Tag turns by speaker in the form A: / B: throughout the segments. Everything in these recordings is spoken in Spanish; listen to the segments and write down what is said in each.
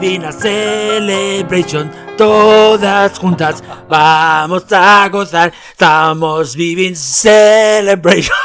A: living a celebration. Todas juntas vamos a gozar. Estamos viving celebration.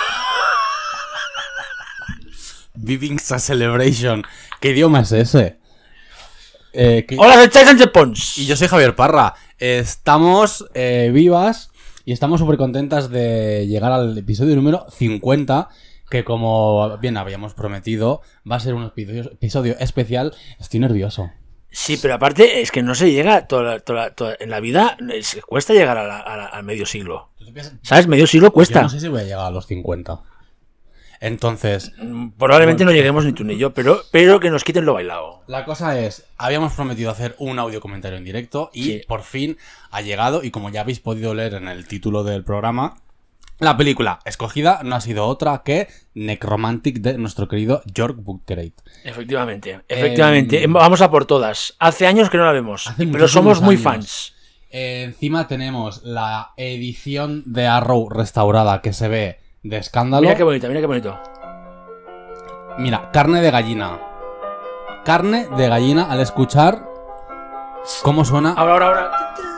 B: Viving a celebration. ¿Qué idioma es ese?
A: Hola, soy Chai Sánchez Pons.
B: Y yo soy Javier Parra. Estamos vivas y estamos súper contentas de llegar al episodio número 50, que como bien habíamos prometido, va a ser un episodio especial. Estoy nervioso.
A: Sí, pero aparte es que no se llega en la vida, cuesta llegar al medio siglo. ¿Sabes? Medio siglo cuesta.
B: Yo no sé si voy a llegar a los 50. Entonces...
A: Probablemente no lleguemos ni tú ni yo, pero que nos quiten lo bailado.
B: La cosa es, habíamos prometido hacer un audio comentario en directo y
A: Sí.
B: por fin ha llegado, y como ya habéis podido leer en el título del programa, la película escogida no ha sido otra que Necromantic de nuestro querido George Buckley.
A: Efectivamente. Vamos a por todas. Hace años que no la vemos,
B: Hace
A: pero somos
B: muchísimos
A: muy
B: años.
A: fans.
B: Encima tenemos la edición de Arrow restaurada que se ve de escándalo.
A: Mira qué bonito.
B: Mira, carne de gallina. Carne de gallina al escuchar cómo suena.
A: Ahora.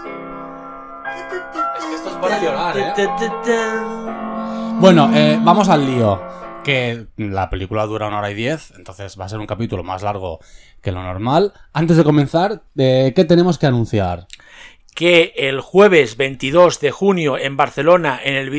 B: Es que esto es para llorar, Bueno, vamos al lío. Que la película dura 1 hora y 10, entonces va a ser un capítulo más largo que lo normal. Antes de comenzar, ¿qué tenemos que anunciar?
A: Que el jueves 22 de junio en Barcelona, en el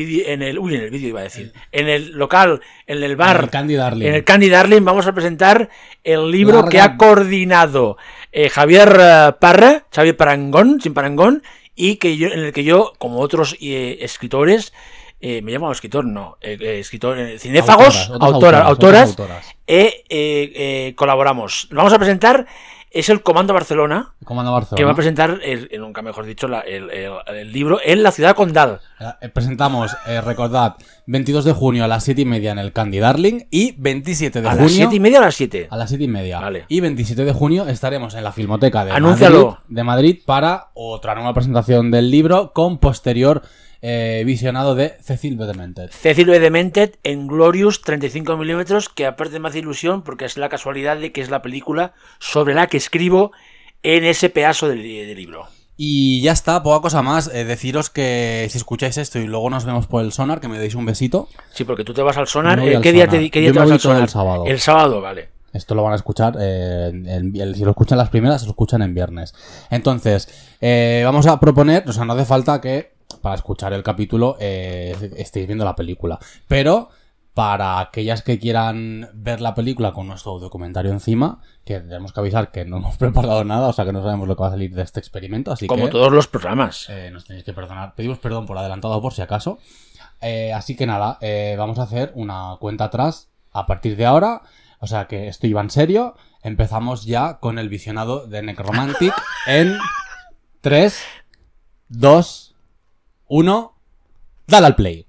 A: local, en el bar,
B: En el Candy Darling.
A: en el Candy Darling, vamos a presentar el libro
B: Larga.
A: que ha coordinado Javier Parra, Xavier Parangón, sin Parangón, y en el que yo, como otros escritores, me llamo escritor, no, cinéfagos, autoras, colaboramos. Vamos a presentar. Es el Comando Barcelona,
B: Comando Barcelona.
A: que va a presentar, nunca mejor dicho, el libro en la ciudad condal.
B: Presentamos, recordad, 22 de junio a las 7:30 en el Candy Darling y 27 de
A: A
B: junio...
A: las 7:30 o a las 7.
B: A las 7:30.
A: Vale.
B: Y 27 de junio estaremos en la Filmoteca
A: Anúncialo.
B: de Madrid para otra nueva presentación del libro con posterior visionado de Cecil B. Demented.
A: Cecil B. Demented en Glorious 35 milímetros, que aparte me hace ilusión porque es la casualidad de que es la película sobre la que escribo en ese pedazo del libro.
B: Y ya está, poca cosa más. Deciros que si escucháis esto y luego nos vemos por el Sonar, que me deis un besito.
A: Sí, porque tú te vas al Sonar.
B: Me voy al
A: ¿Qué día
B: Sonar.
A: te
B: Yo me
A: vas
B: voy
A: al
B: todo
A: Sonar?
B: el sábado.
A: El sábado, vale.
B: Esto lo van a escuchar, si lo escuchan las primeras, se lo escuchan en viernes. Entonces, vamos a proponer, o sea, no hace falta que para escuchar el capítulo estéis viendo la película. Pero para aquellas que quieran ver la película con nuestro documentario encima, que tenemos que avisar que no hemos preparado nada, o sea que no sabemos lo que va a salir de este experimento, así
A: Como
B: que
A: todos los programas.
B: nos tenéis que perdonar. Pedimos perdón por adelantado por si acaso. Así que nada, vamos a hacer una cuenta atrás a partir de ahora. O sea que esto iba en serio. Empezamos ya con el visionado de Necromantic en 3, 2, 1. Dale al play.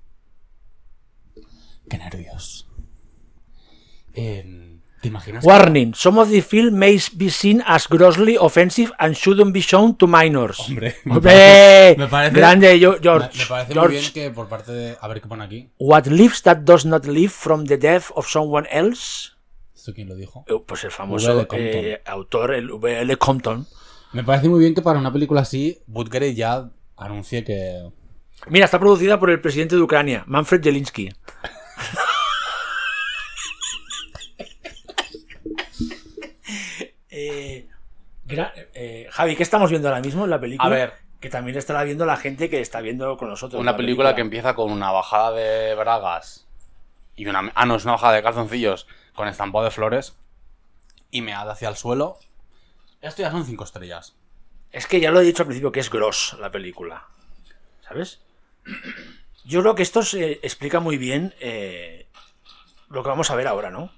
B: Qué nervios. ¿Te imaginas?
A: Warning, some of the film may be seen as grossly offensive and shouldn't be shown to minors.
B: Hombre,
A: ¡Hombre!
B: me parece-
A: Grande, George.
B: Me parece
A: George.
B: muy bien que por parte de... A ver qué pone aquí.
A: What lives that does not live from the death of someone else.
B: ¿Esto quién lo dijo?
A: Pues el famoso
B: V.L. Compton.
A: autor, el V.L. Compton.
B: Me parece muy bien que para una película así, Buckley ya anuncie que...
A: Mira, está producida por el presidente de Ucrania, Manfred Zelinsky. Javi, ¿qué estamos viendo ahora mismo en la película?
B: A ver.
A: Que también estará viendo la gente que está viendo con nosotros.
B: Una
A: la
B: película que empieza con una bajada de bragas y una... Ah, no, es una bajada de calzoncillos con estampado de flores y meada hacia el suelo. Esto ya son 5 estrellas.
A: Es que ya lo he dicho al principio, que es gross la película. ¿Sabes? Yo creo que esto se explica muy bien lo que vamos a ver ahora, ¿no?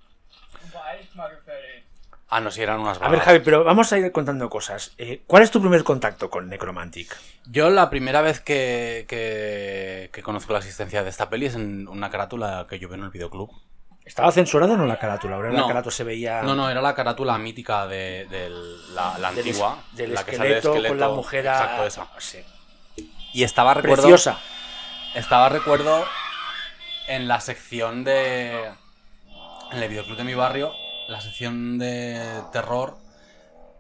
B: Ah, no, si eran unas
A: A
B: bragas.
A: ver, Javi, pero vamos a ir contando cosas. ¿Cuál es tu primer contacto con Necromantic?
B: Yo la primera vez que conozco la existencia de esta peli es en una carátula que yo vi en el videoclub.
A: ¿Estaba censurada o no la carátula? Ahora
B: No.
A: la carátula se veía...
B: No, era la carátula mítica de la antigua.
A: Del
B: la que sale
A: esqueleto, con la mujer...
B: Exacto, esa.
A: Sí.
B: Y estaba,
A: Preciosa.
B: recuerdo, en la sección de... En el videoclub de mi barrio, la sección de terror,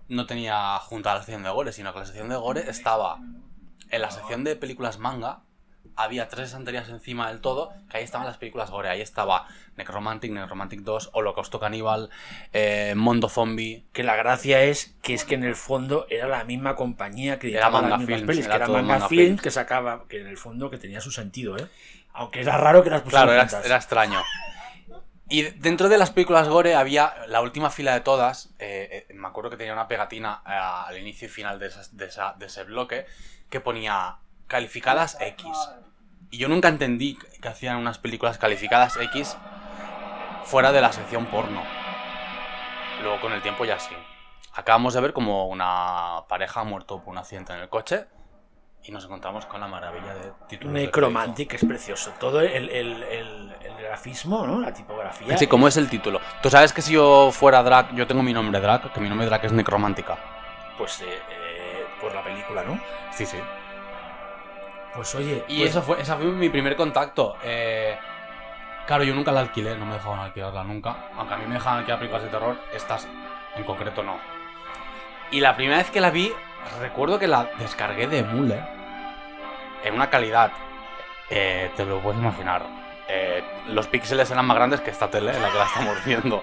B: no tenía junto a la sección de gore, sino que la sección de gore estaba en la sección de películas manga. Había 3 estanterías encima del todo, que ahí estaban las películas gore. Ahí estaba Necromantic, Necromantic 2, Holocausto Caníbal, Mondo Zombie.
A: Que la gracia es que en el fondo era la misma compañía que
B: Era
A: editaba
B: Manga
A: las mismas
B: Films,
A: pelis,
B: era
A: que era
B: todo
A: Manga
B: Manga
A: Films,
B: Films.
A: que sacaba, que en el fondo que tenía su sentido, ¿eh? Aunque era raro que las pusieran
B: Claro,
A: juntas.
B: era extraño. Y dentro de las películas gore había la última fila de todas. Me acuerdo que tenía una pegatina al inicio y final de ese bloque que ponía calificadas X. Y yo nunca entendí que hacían unas películas calificadas X fuera de la sección porno. Luego con el tiempo ya sí. Acabamos de ver como una pareja ha muerto por un accidente en el coche y nos encontramos con la maravilla de títulos.
A: Necromantic es precioso. Todo el grafismo, ¿no? La tipografía.
B: Sí, como es el título. Tú sabes que si yo fuera drag, yo tengo mi nombre drag, que mi nombre drag es Necromántica.
A: Pues por la película, ¿no?
B: Sí, sí.
A: Pues oye.
B: Y ese fue mi primer contacto. Claro, yo nunca la alquilé, no me dejaban alquilarla nunca. Aunque a mí me dejaban alquilar películas de terror, estas en concreto no. Y la primera vez que la vi, recuerdo que la descargué de emule. En una calidad, te lo puedes imaginar. Los píxeles eran más grandes que esta tele en la que la estamos viendo.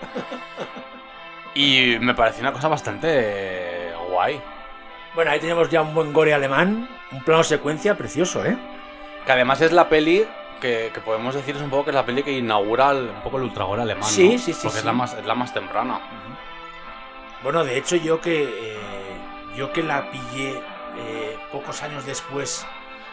B: Y me pareció una cosa bastante guay.
A: Bueno, ahí tenemos ya un buen gore alemán, un plano secuencia precioso, ¿eh?
B: Que además es la peli que podemos decir es un poco que es la peli que inaugura un poco el ultragore alemán,
A: sí,
B: ¿no?
A: Sí,
B: porque
A: sí.
B: Es la más temprana.
A: Bueno, de hecho yo que la pillé pocos años después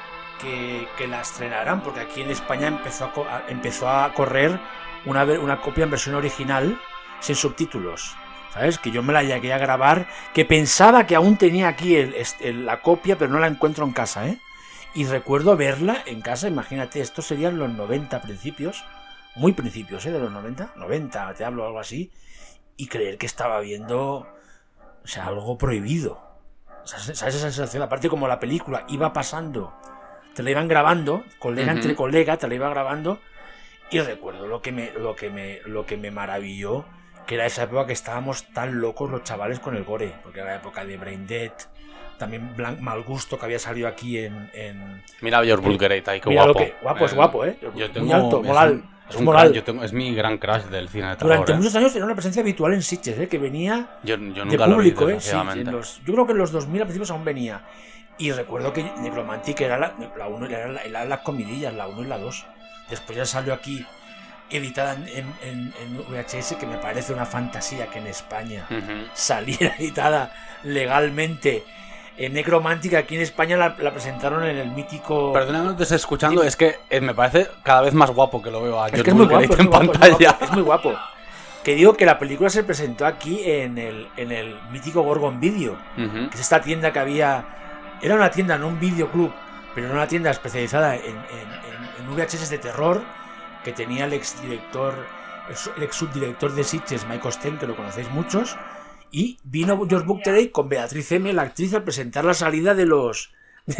A: que la estrenaran, porque aquí en España empezó a correr una copia en versión original sin subtítulos. ¿Sabes? Que yo me la llegué a grabar, que pensaba que aún tenía aquí la copia, pero no la encuentro en casa, ¿eh? Y recuerdo verla en casa, imagínate, estos serían los 90 principios, muy principios, ¿eh? De los 90, te hablo, algo así, y creer que estaba viendo, o sea, algo prohibido. ¿Sabes esa sensación? Aparte, como la película iba pasando, te la iban grabando, colega entre colega, te la iba grabando, y recuerdo lo que me maravilló, que era esa época que estábamos tan locos los chavales con el gore, porque era la época de Brain Dead, también Mal Gusto, que había salido aquí en
B: Mira George Bulgerate ahí, qué
A: mira
B: guapo.
A: Guapo, es guapo, ¿eh?
B: Yo tengo,
A: muy alto, moral.
B: Es mi gran crush del cine de terror.
A: Durante muchos años era una presencia habitual en Sitges, ¿eh? Que venía
B: yo
A: de
B: nunca
A: público,
B: lo vi,
A: ¿eh? Sí,
B: desgraciadamente.
A: yo creo que en los 2000 a principios aún venía. Y recuerdo que Necromantic era la 1, era las comidillas, la 1 y la 2. Después ya salió aquí editada en VHS, que me parece una fantasía que en España saliera editada legalmente. En Necromantic aquí en España la presentaron en el mítico...
B: Perdona que no te esté escuchando, es que me parece cada vez más guapo que lo veo a George
A: es muy guapo,
B: Bulgerate en pantalla.
A: Es muy guapo. Que digo que la película se presentó aquí en el mítico Gorgon Video, que es esta tienda que había... Era una tienda, no un videoclub, pero era una tienda especializada en VHS de terror, que tenía el ex subdirector de Sitges, Mike Osten, que lo conocéis muchos, y vino George Bulgerate con Beatriz M, la actriz, a presentar la salida de los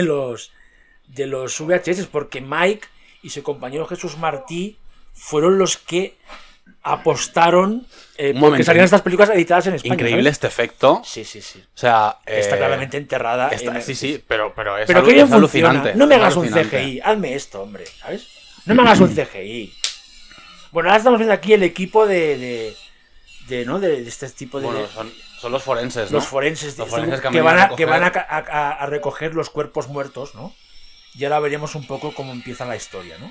A: VHS, porque Mike y su compañero Jesús Martí fueron los que apostaron porque salían estas películas editadas en España.
B: Increíble, ¿sabes? Este efecto.
A: Sí.
B: O sea,
A: está claramente enterrada.
B: Sí, pero es,
A: pero que bien
B: alucinante.
A: No me hagas un CGI, hazme esto, hombre, ¿sabes? No me hagas un CGI. Bueno, ahora estamos viendo aquí el equipo de este tipo de...
B: Bueno, son los forenses, ¿no?
A: Los forenses
B: que
A: van a recoger los cuerpos muertos, ¿no? Y ahora veremos un poco cómo empieza la historia, ¿no?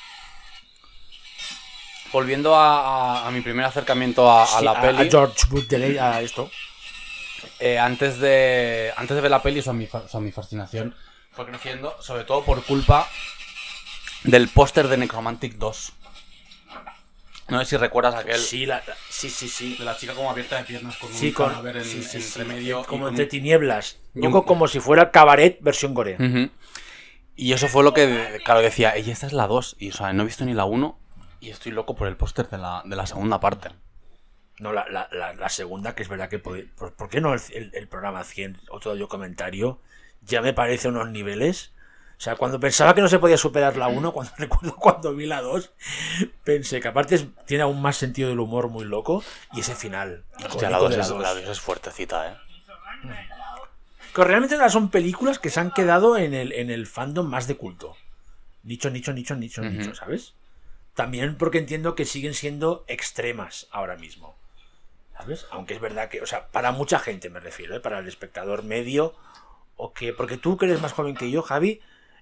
B: Volviendo a mi primer acercamiento a la peli.
A: A George Bulgerate, a esto.
B: Antes de ver la peli, mi fascinación fue creciendo, sobre todo por culpa del póster de Necromantic 2. No sé si recuerdas aquel.
A: Sí.
B: De la chica como abierta de piernas con un cadáver entre medio.
A: Como entre tinieblas. Un poco como si fuera Cabaret versión gore.
B: Y eso fue lo que, claro, decía, y esta es la 2. Y, o sea, no he visto ni la 1 y estoy loco por el póster de la segunda parte.
A: No, la segunda, que es verdad que... ¿Por qué no el programa 100, otro audio comentario, ya me parece unos niveles? O sea, cuando pensaba que no se podía superar la 1, recuerdo cuando vi la 2, pensé que aparte tiene aún más sentido del humor muy loco, y ese final.
B: Hostia, la 2 es fuertecita, ¿eh?
A: Que realmente son películas que se han quedado en el fandom más de culto. Nicho, ¿sabes? También porque entiendo que siguen siendo extremas ahora mismo. ¿Sabes? Aunque es verdad que, o sea, para mucha gente me refiero, ¿eh? Para el espectador medio, o que, porque tú que eres más joven que yo, Javi,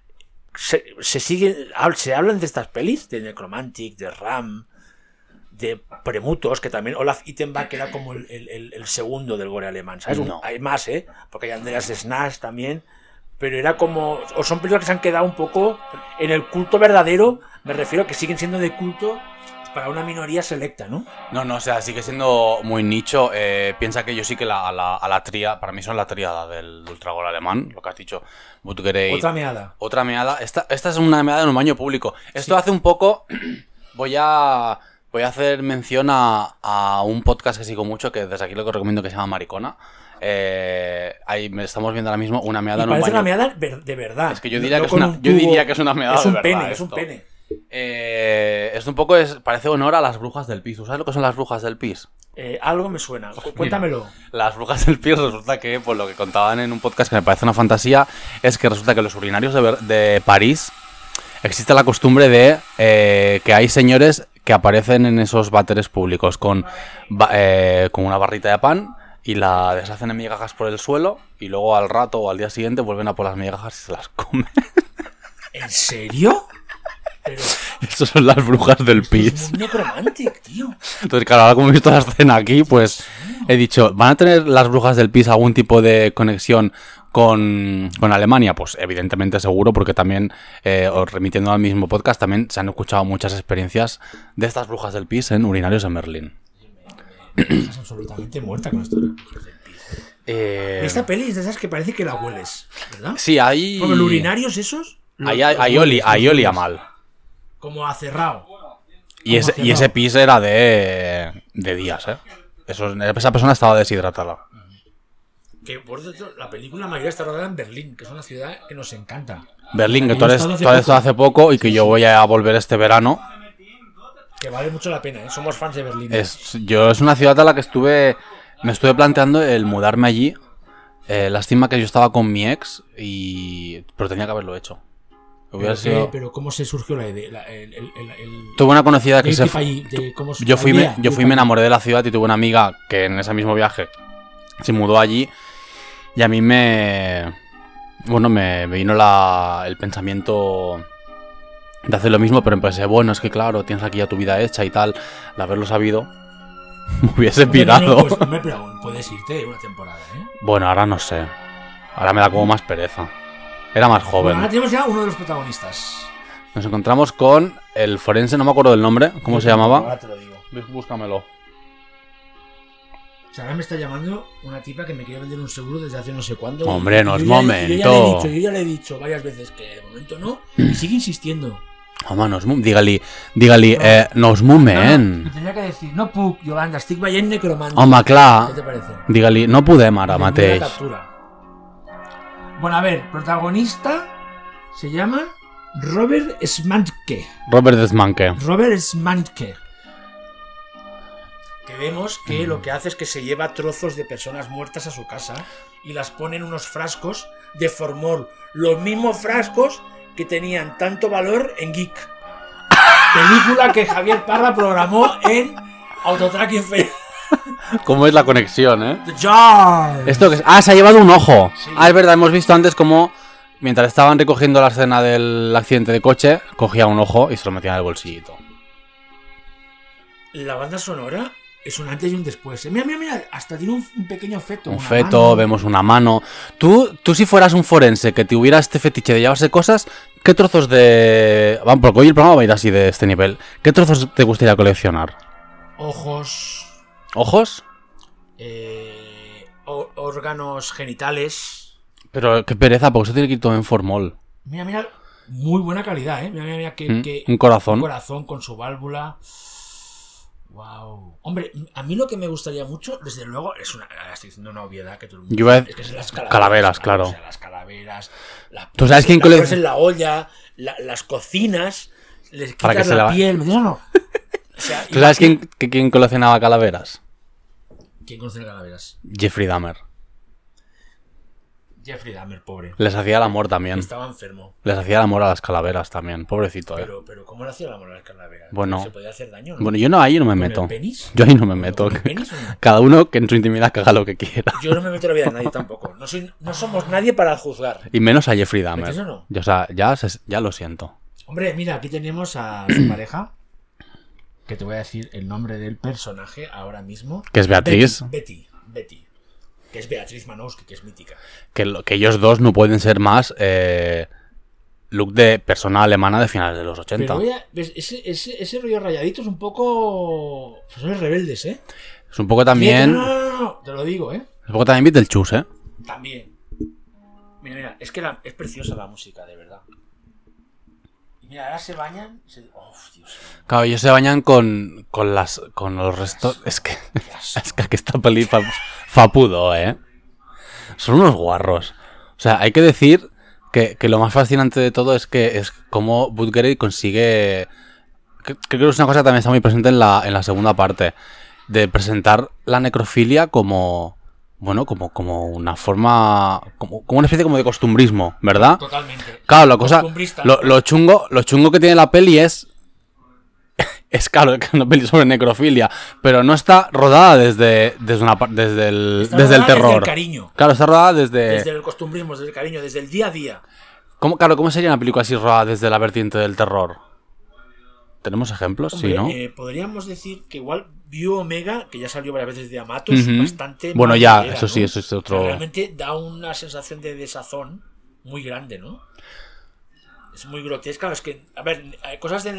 A: se hablan de estas pelis, de Necromantic, de Ram, de Premutos, que también Olaf Ittenbach era como el segundo del gore alemán, ¿sabes?
B: No.
A: Hay más, porque hay Andreas Snash también, pero era como, o son películas que se han quedado un poco en el culto verdadero, me refiero que siguen siendo de culto para una minoría selecta, ¿no?
B: No, o sea, sigue siendo muy nicho. Piensa que yo sí que a la tríada, para mí son la tríada del ultragol alemán, lo que has dicho. Butgereit. Otra meada. Esta es una meada en un baño público. Esto
A: Sí.
B: hace un poco. Voy a hacer mención a un podcast que sigo mucho, que desde aquí lo que recomiendo, que se llama Maricona. Ahí estamos viendo ahora mismo una meada en un
A: parece
B: baño.
A: una meada de verdad.
B: Es que yo diría,
A: No
B: que, yo diría que es una meada
A: es un
B: de
A: pene,
B: verdad.
A: es un pene.
B: Es un poco, parece honor a las brujas del pis. ¿Sabes lo que son las brujas del pis?
A: Algo me suena. Cuéntamelo.
B: Mira, las brujas del pis resulta que, pues lo que contaban en un podcast que me parece una fantasía, es que resulta que en los urinarios de París existe la costumbre de que hay señores que aparecen en esos váteres públicos con una barrita de pan y la deshacen en migajas por el suelo y luego al rato o al día siguiente vuelven a por las migajas y se las comen.
A: ¿En serio? Pero
B: Esas son las brujas del pis.
A: es muy Necromantic, tío.
B: Entonces, claro, ahora como he visto la escena aquí, pues he dicho, ¿van a tener las brujas del pis algún tipo de conexión con Alemania? Pues evidentemente seguro, porque también, remitiendo al mismo podcast, también se han escuchado muchas experiencias de estas brujas del pis en urinarios en Berlín.
A: Estás absolutamente muerta con esto de las brujas del pis. Esta peli es de esas que parece que la hueles, ¿verdad?
B: Sí, hay...
A: Como los urinarios esos.
B: Ahí olía mal.
A: Como a cerrado.
B: Y ese pis era de días, ¿eh? Esa persona estaba deshidratada.
A: Que por cierto, la película mayoría está rodada en Berlín, que es una ciudad que nos encanta.
B: Berlín, que
A: Yo
B: tú
A: he
B: has estado hace poco y que yo voy a volver este verano.
A: Que vale mucho la pena, ¿eh? Somos fans de Berlín.
B: Es una ciudad a la que me estuve planteando el mudarme allí. Lástima que yo estaba con mi ex, pero tenía que haberlo hecho.
A: Pero ¿cómo se surgió la idea?
B: Tuve una conocida que yo me enamoré de la ciudad y tuve una amiga que en ese mismo viaje se mudó allí y a mí me vino el pensamiento de hacer lo mismo, pero empecé, bueno, es que claro, tienes aquí ya tu vida hecha y tal, de haberlo sabido me hubiese pirado.
A: Pues, pero aún puedes irte una temporada, ¿eh?
B: Bueno, ahora no sé, ahora me da como más pereza. Era más joven.
A: Bueno, ahora tenemos ya uno de los protagonistas.
B: Nos encontramos con el forense, no me acuerdo del nombre, ¿cómo se llamaba?
A: Ahora te lo digo.
B: Búscamelo.
A: O sea, ahora me está llamando una tipa que me quiere vender un seguro desde hace no sé cuándo.
B: Hombre, no es momento.
A: Yo ya le he dicho varias veces que de momento no, y sigue insistiendo.
B: Home, digue-li, no és moment.
A: No, tendría que decir, no puc, Yolanda, estic veient Necromantic.
B: Home, clar,
A: ¿Qué te parece?
B: digue-li, no podem ara mateix.
A: Bueno, a ver, protagonista se llama Robert Schmantke.
B: Robert Desmanque.
A: Robert Schmantke. Que vemos que lo que hace es que se lleva trozos de personas muertas a su casa y las pone en unos frascos de formol. Los mismos frascos que tenían tanto valor en Geek. Película que Javier Parra programó en Autotrack Infernal.
B: ¿Cómo es la conexión, eh?
A: The Jar.
B: ¿Esto qué es? Ah, se ha llevado un ojo.
A: Sí.
B: Ah, es verdad, hemos visto antes cómo, mientras estaban recogiendo la escena del accidente de coche, cogía un ojo y se lo metía en el bolsillito.
A: La banda sonora es un antes y un después. Mira, hasta tiene un pequeño feto.
B: Un
A: una
B: feto,
A: mano.
B: vemos una mano. Tú si fueras un forense que tuviera este fetiche de llevarse cosas, ¿qué trozos de... Vamos, porque hoy el programa va a ir así de este nivel. ¿Qué trozos te gustaría coleccionar?
A: Ojos.
B: ¿Ojos?
A: Órganos genitales.
B: Pero qué pereza, porque eso tiene que ir todo en formol.
A: Mira, muy buena calidad, ¿eh? Mira,
B: Un corazón.
A: Un corazón con su válvula. Wow. Hombre, a mí lo que me gustaría mucho, desde luego, estoy diciendo una obviedad que todo el mundo
B: Yo iba a
A: sabe, es que son las
B: calaveras, claro.
A: O sea, las calaveras.
B: ¿Tú sabes quién
A: colecciona en la olla, las cocinas, les quitas
B: Para que
A: la piel, ¿me entiendes o no? O sea,
B: ¿Tú sabes quién coleccionaba calaveras?
A: ¿Quién conoce las calaveras?
B: Jeffrey Dahmer.
A: Jeffrey Dahmer, pobre.
B: Les hacía el amor también.
A: Estaba enfermo.
B: Les hacía el amor a las calaveras también, pobrecito,
A: Pero ¿cómo le hacía el amor a las calaveras?
B: Bueno.
A: ¿Se podía hacer daño, no?
B: Bueno, yo no, ahí no me
A: ¿Con
B: meto.
A: el penis?
B: Yo ahí no me meto.
A: ¿Con el penis o no?
B: Cada uno que en su intimidad que haga lo que quiera.
A: Yo no me meto en la vida de nadie tampoco. No somos nadie para juzgar.
B: Y menos a Jeffrey Dahmer.
A: ¿Metes o no?
B: O sea, ya lo siento.
A: Hombre, mira, aquí tenemos a su pareja, que te voy a decir el nombre del personaje ahora mismo.
B: Que es Beatriz.
A: Betty. Que es Beatriz Manowski, que es mítica.
B: Que ellos dos no pueden ser más look de persona alemana de finales de los 80.
A: Pero oye, ¿ves? Ese rollo rayadito es un poco... Son rebeldes, ¿eh?
B: Es un poco también...
A: No, te lo digo, ¿eh?
B: Es un poco también Beetlejuice, ¿eh?
A: También. Mira, es que es preciosa la música, de verdad. Y mira, ahora se bañan... ¡Oh, Dios!
B: Claro, ellos se bañan con los restos... Es que aquí esta peli fa pudo, ¿eh? Son unos guarros. O sea, hay que decir que lo más fascinante de todo es cómo Woodbury consigue... Creo que es una cosa que también está muy presente en la segunda parte. De presentar la necrofilia como... Bueno, como una forma... Como una especie como de costumbrismo, ¿verdad?
A: Totalmente.
B: Claro, la cosa... Lo chungo que tiene la peli es claro, que es una peli sobre necrofilia, pero no está rodada desde el terror.
A: Desde el cariño.
B: Claro, está rodada desde
A: el costumbrismo, desde el cariño, desde el día a día.
B: ¿Cómo sería una película así rodada desde la vertiente del terror? ¿Tenemos ejemplos?
A: Hombre,
B: Sí, ¿no?
A: Podríamos decir que igual View Omega, que ya salió varias veces de Amatos, bastante...
B: Bueno, ya,
A: manera,
B: eso sí,
A: ¿no?
B: eso es otro...
A: Realmente da una sensación de desazón muy grande, ¿no? Es muy grotesca. Es que, a ver, hay cosas de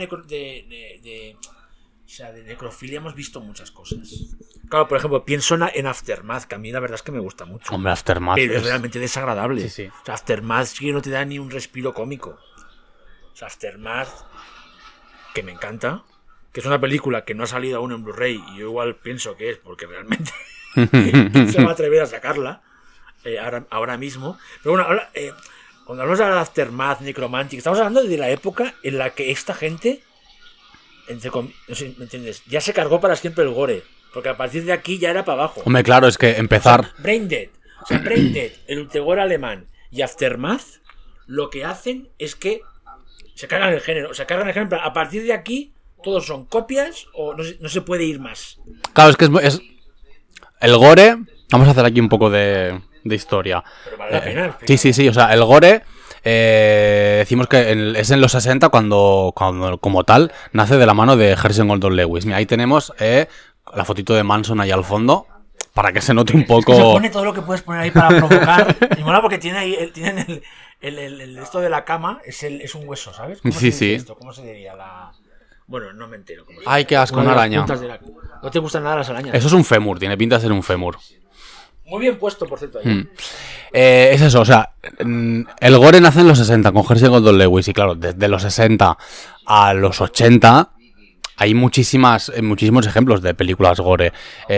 A: necrofilia hemos visto muchas cosas. Claro, por ejemplo, pienso en Aftermath, que a mí la verdad es que me gusta mucho.
B: Hombre, Aftermath
A: pero es realmente desagradable.
B: Sí, sí.
A: O sea, Aftermath sí que no te da ni un respiro cómico. O sea, Aftermath, que me encanta, que es una película que no ha salido aún en Blu-ray, y yo igual pienso que es porque realmente no se va a atrever a sacarla ahora mismo. Pero bueno, ahora, cuando hablamos de Aftermath, Necromantic, estamos hablando de la época en la que esta gente, no sé, ¿me entiendes? Ya se cargó para siempre el gore, porque a partir de aquí ya era para abajo.
B: Hombre, claro, es que empezar...
A: O sea, Brain Dead, el ultragore alemán y Aftermath, lo que hacen es que se cargan el género. A partir de aquí, todos son copias o no se puede ir más.
B: Claro, es que es el gore... Vamos a hacer aquí un poco de historia.
A: Pero vale la pena.
B: Sí. O sea, el gore... decimos que es en los 60 cuando como tal nace de la mano de Herschel Gordon Lewis. Mira, ahí tenemos la fotito de Manson ahí al fondo para que se note un poco.
A: Es que se pone todo lo que puedes poner ahí para provocar. Y mola porque tienen el esto de la cama es un hueso, ¿sabes? ¿Cómo
B: Sí,
A: se dice esto? ¿Cómo se diría Bueno, no me entero.
B: Ay, qué asco, una araña.
A: No te gustan nada las arañas.
B: Eso es un fémur, tiene pinta de ser un fémur.
A: Muy bien puesto, por cierto, ahí.
B: Es eso, o sea, el gore nace en los 60 con Herschel Gordon Lewis y claro, desde los 60 a los 80 hay muchísimos ejemplos de películas gore.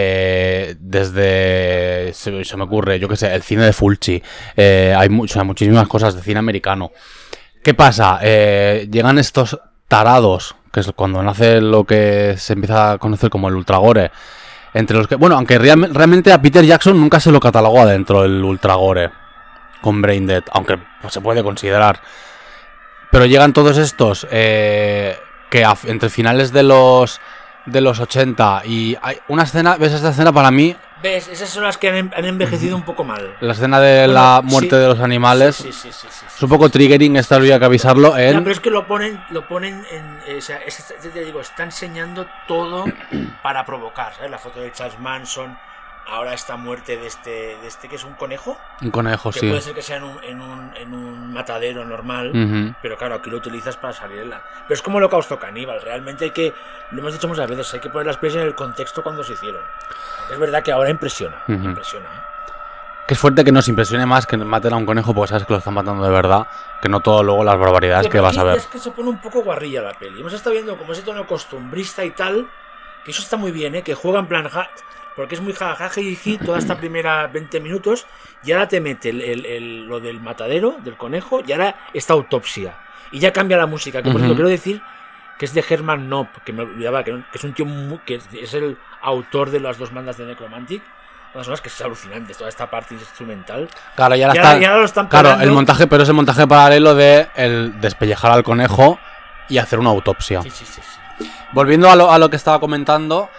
B: Desde, se me ocurre, yo qué sé, el cine de Fulci, hay muchísimas cosas de cine americano. ¿Qué pasa? Llegan estos tarados, que es cuando nace lo que se empieza a conocer como el ultragore. Entre los que, bueno, aunque realmente a Peter Jackson nunca se lo catalogó adentro el ultragore con Brain Dead, aunque pues, se puede considerar. Pero llegan todos estos que entre finales de los 80 y hay una escena, ¿ves esta escena para mí?
A: ¿Ves? Esas son las que han envejecido un poco mal.
B: La escena de la muerte de los animales.
A: Sí.
B: Es un poco triggering, esta habría que avisarlo.
A: Pero es que lo ponen en... O sea, te digo, está enseñando todo para provocar, ¿sabes? La foto de Charles Manson, ahora esta muerte de este que es un conejo.
B: Un conejo,
A: que
B: sí.
A: Puede ser que sea en un matadero normal, pero claro, aquí lo utilizas para salir en la... Pero es como Holocausto Caníbal, realmente lo hemos dicho muchas veces, hay que poner las piezas en el contexto cuando se hicieron. Es verdad que ahora impresiona,
B: Que es fuerte que nos impresione más que maten a un conejo porque sabes que lo están matando de verdad, que no todo luego las barbaridades que vas a ver.
A: Es que se pone un poco guarrilla la peli. Hemos estado viendo como ese tono costumbrista y tal, que eso está muy bien, que juega en plan... Porque es muy jajajiji toda esta primera 20 minutos y ahora te mete lo del matadero, del conejo, y ahora esta autopsia. Y ya cambia la música, que por ejemplo quiero decir que es de Herman Knopp, que me olvidaba, que es un tío que es el autor de las dos bandas de Necromantic. Las horas que es alucinante, toda esta parte instrumental.
B: Claro, ya
A: lo están
B: claro,
A: pegando.
B: el montaje, pero es el montaje paralelo de el despellejar al conejo y hacer una autopsia.
A: Sí.
B: Volviendo a lo que estaba comentando,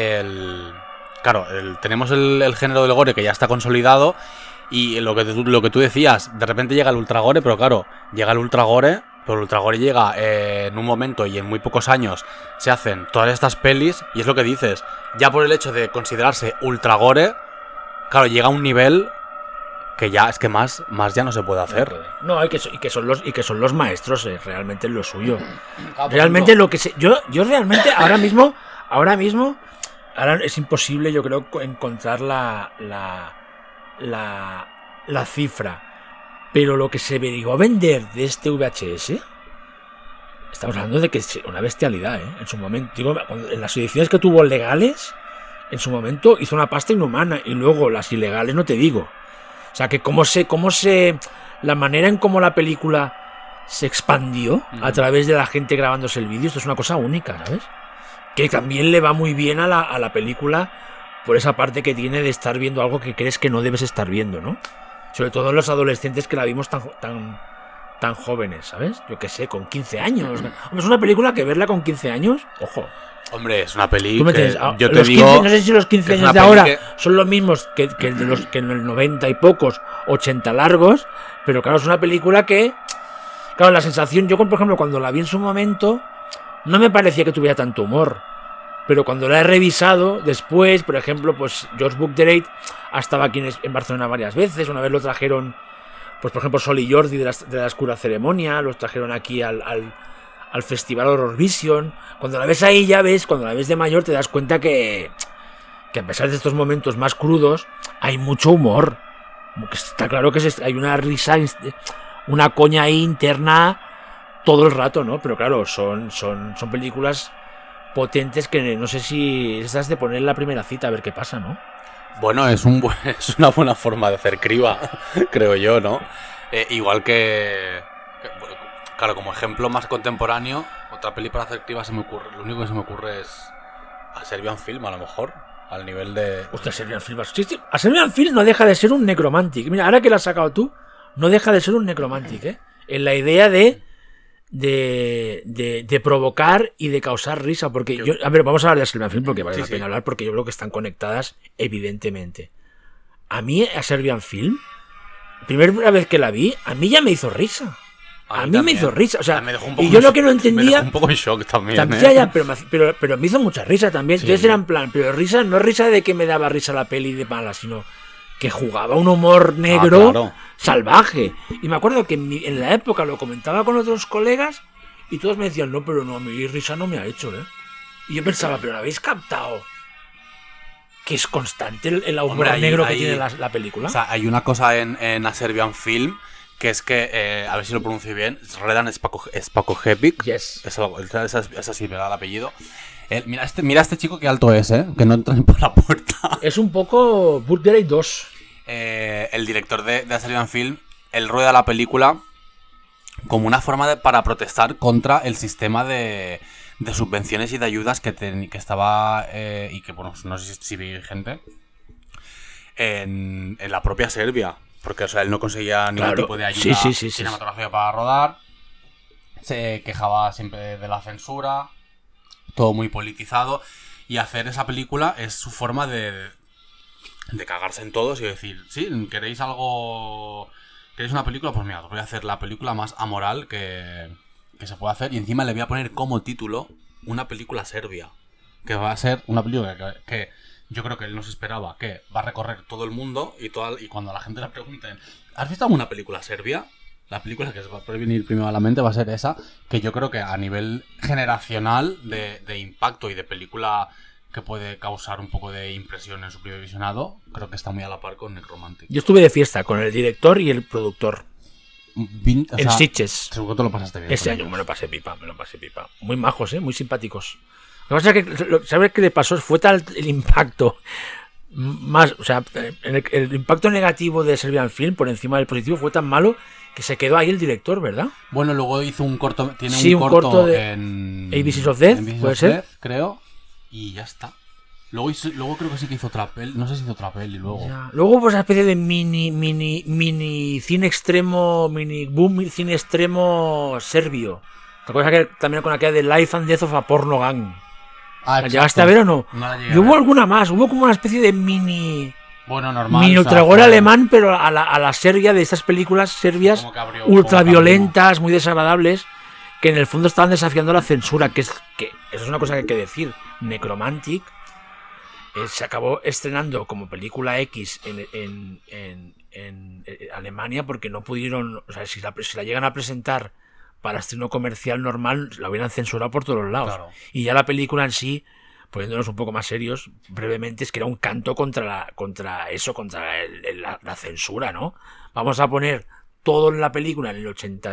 B: tenemos el género del gore que ya está consolidado y lo que tú decías, de repente llega el ultragore, pero claro, llega el ultragore, pero el ultragore llega en un momento y en muy pocos años se hacen todas estas pelis y es lo que dices, ya por el hecho de considerarse ultragore, claro, llega a un nivel que ya es que más ya no se puede hacer.
A: No, y que son los maestros realmente en lo suyo.
B: Claro,
A: Realmente lo que yo realmente ahora mismo es imposible, yo creo, encontrar la cifra. Pero lo que se llegó a vender de este VHS, estamos hablando de que es una bestialidad, ¿eh? En su momento, digo, en las ediciones que tuvo legales, en su momento hizo una pasta inhumana, y luego las ilegales no te digo. O sea, que la manera en cómo la película se expandió a través de la gente grabándose el vídeo, esto es una cosa única, ¿sabes? Que también le va muy bien a la película por esa parte que tiene de estar viendo algo que crees que no debes estar viendo, ¿no? Sobre todo en los adolescentes que la vimos tan jóvenes, ¿sabes? Yo qué sé, con 15 años. Es una película que verla con 15 años, ojo.
B: Hombre, es una peli que
A: yo te digo... 15, no sé si los 15 años de ahora son los mismos que en el 90 y pocos, 80 largos, pero claro, es una película que... Claro, la sensación... Yo, por ejemplo, cuando la vi en su momento, no me parecía que tuviera tanto humor. Pero cuando la he revisado después, por ejemplo, pues George Buckley ha estado aquí en Barcelona varias veces. Una vez lo trajeron, pues por ejemplo, Sol y Jordi de la Oscura Ceremonia, los trajeron aquí al Festival Horror Vision. Cuando la ves ahí cuando la ves de mayor te das cuenta que a pesar de estos momentos más crudos, hay mucho humor. Está claro que hay una risa, una coña ahí interna todo el rato, ¿no? Pero claro, son películas potentes que no sé si esas de poner la primera cita a ver qué pasa, ¿no?
B: Bueno, es una buena forma de hacer criba, creo yo, ¿no? Igual que claro, como ejemplo más contemporáneo, otra peli para hacer criba lo único que se me ocurre es a Serbian Film, a lo mejor, al nivel de...
A: Hostia, Serbian Film. Sí, a Serbian Film no deja de ser un necromantic. Mira, ahora que la has sacado tú, no deja de ser un necromantic, ¿eh? En la idea de provocar y de causar risa, porque a ver, vamos a hablar de Serbian Film porque vale la pena hablar, porque yo creo que están conectadas evidentemente. A mí, a Serbian Film, primera vez que la vi, a mí ya me hizo risa. A mí me hizo risa, o sea, y yo lo que no entendía... Me
B: dejó un poco en shock también,
A: pero me hizo mucha risa también. Sí. Entonces era en plan, pero risa, no risa de que me daba risa la peli de mala, sino que jugaba un humor negro salvaje. Y me acuerdo que en la época lo comentaba con otros colegas y todos me decían, no, pero no, a mí risa no me ha hecho, ¿eh? Y yo pensaba, pero ¿lo habéis captado? Que es constante el humor negro que tiene la película.
B: O sea, hay una cosa en A Serbian Film que es que, a ver si lo pronuncio bien, Redan Spakojevic.
A: Yes.
B: Esa sí me da el apellido. Mira este chico que alto es, que no entra ni por la puerta.
A: Es un poco Burger 2.
B: El director de A Serbian Film, él rueda la película como una forma para protestar contra el sistema de subvenciones y de ayudas que estaba, y que, bueno, no sé si vigente, en la propia Serbia. Porque, o sea, él no conseguía ningún tipo de ayuda cinematográfica para rodar. Se quejaba siempre de la censura. Todo muy politizado. Y hacer esa película es su forma de cagarse en todos y decir, sí, ¿queréis algo? ¿Queréis una película? Pues mira, os voy a hacer la película más amoral que se puede hacer. Y encima le voy a poner como título una película serbia. Que va a ser una película que yo creo que él no se esperaba, que va a recorrer todo el mundo y cuando a la gente le pregunten, ¿has visto alguna película serbia? La película que se va a venir primero a la mente va a ser esa, que yo creo que a nivel generacional de impacto y de película que puede causar un poco de impresión en su primer visionado, creo que está muy a la par con Necromantic.
A: Yo estuve de fiesta con el director y el productor. En Sitges.
B: Seguro que te lo pasaste bien.
A: Ese año me lo pasé pipa. Muy majos, muy simpáticos. Lo que pasa es que, ¿sabes qué le pasó? Fue tal el impacto más, o sea, el impacto negativo de Serbian Film por encima del positivo fue tan malo que se quedó ahí el director, ¿verdad?
B: Bueno, luego hizo un corto,
A: un corto de en ABCs of Death, puede ser,
B: creo, y ya está. Luego creo que sí que hizo otra peli. No sé si hizo otra peli luego.
A: Ya. Luego, pues, una especie de mini cine extremo, mini boom cine extremo serbio. ¿Te acuerdas que también con aquella de Life and Death of a Porno Gang?
B: Ah,
A: ¿La llegaste a ver o no?
B: No la llegué
A: Y hubo
B: a ver.
A: alguna más, hubo como una especie de mini
B: Bueno,
A: mini
B: o sea,
A: ultragore
B: fue-
A: alemán, pero a la serbia de estas películas serbias
B: Como que abrió-
A: ultraviolentas, muy desagradables, que en el fondo estaban desafiando la censura, que eso es una cosa que hay que decir. Necromantic se acabó estrenando como película X en Alemania porque no pudieron, o sea, si la llegan a presentar para estreno comercial normal, la hubieran censurado por todos los lados.
B: Claro.
A: Y ya la película en sí, poniéndonos un poco más serios, brevemente, es que era un canto contra la censura, ¿no? Vamos a poner todo en la película en el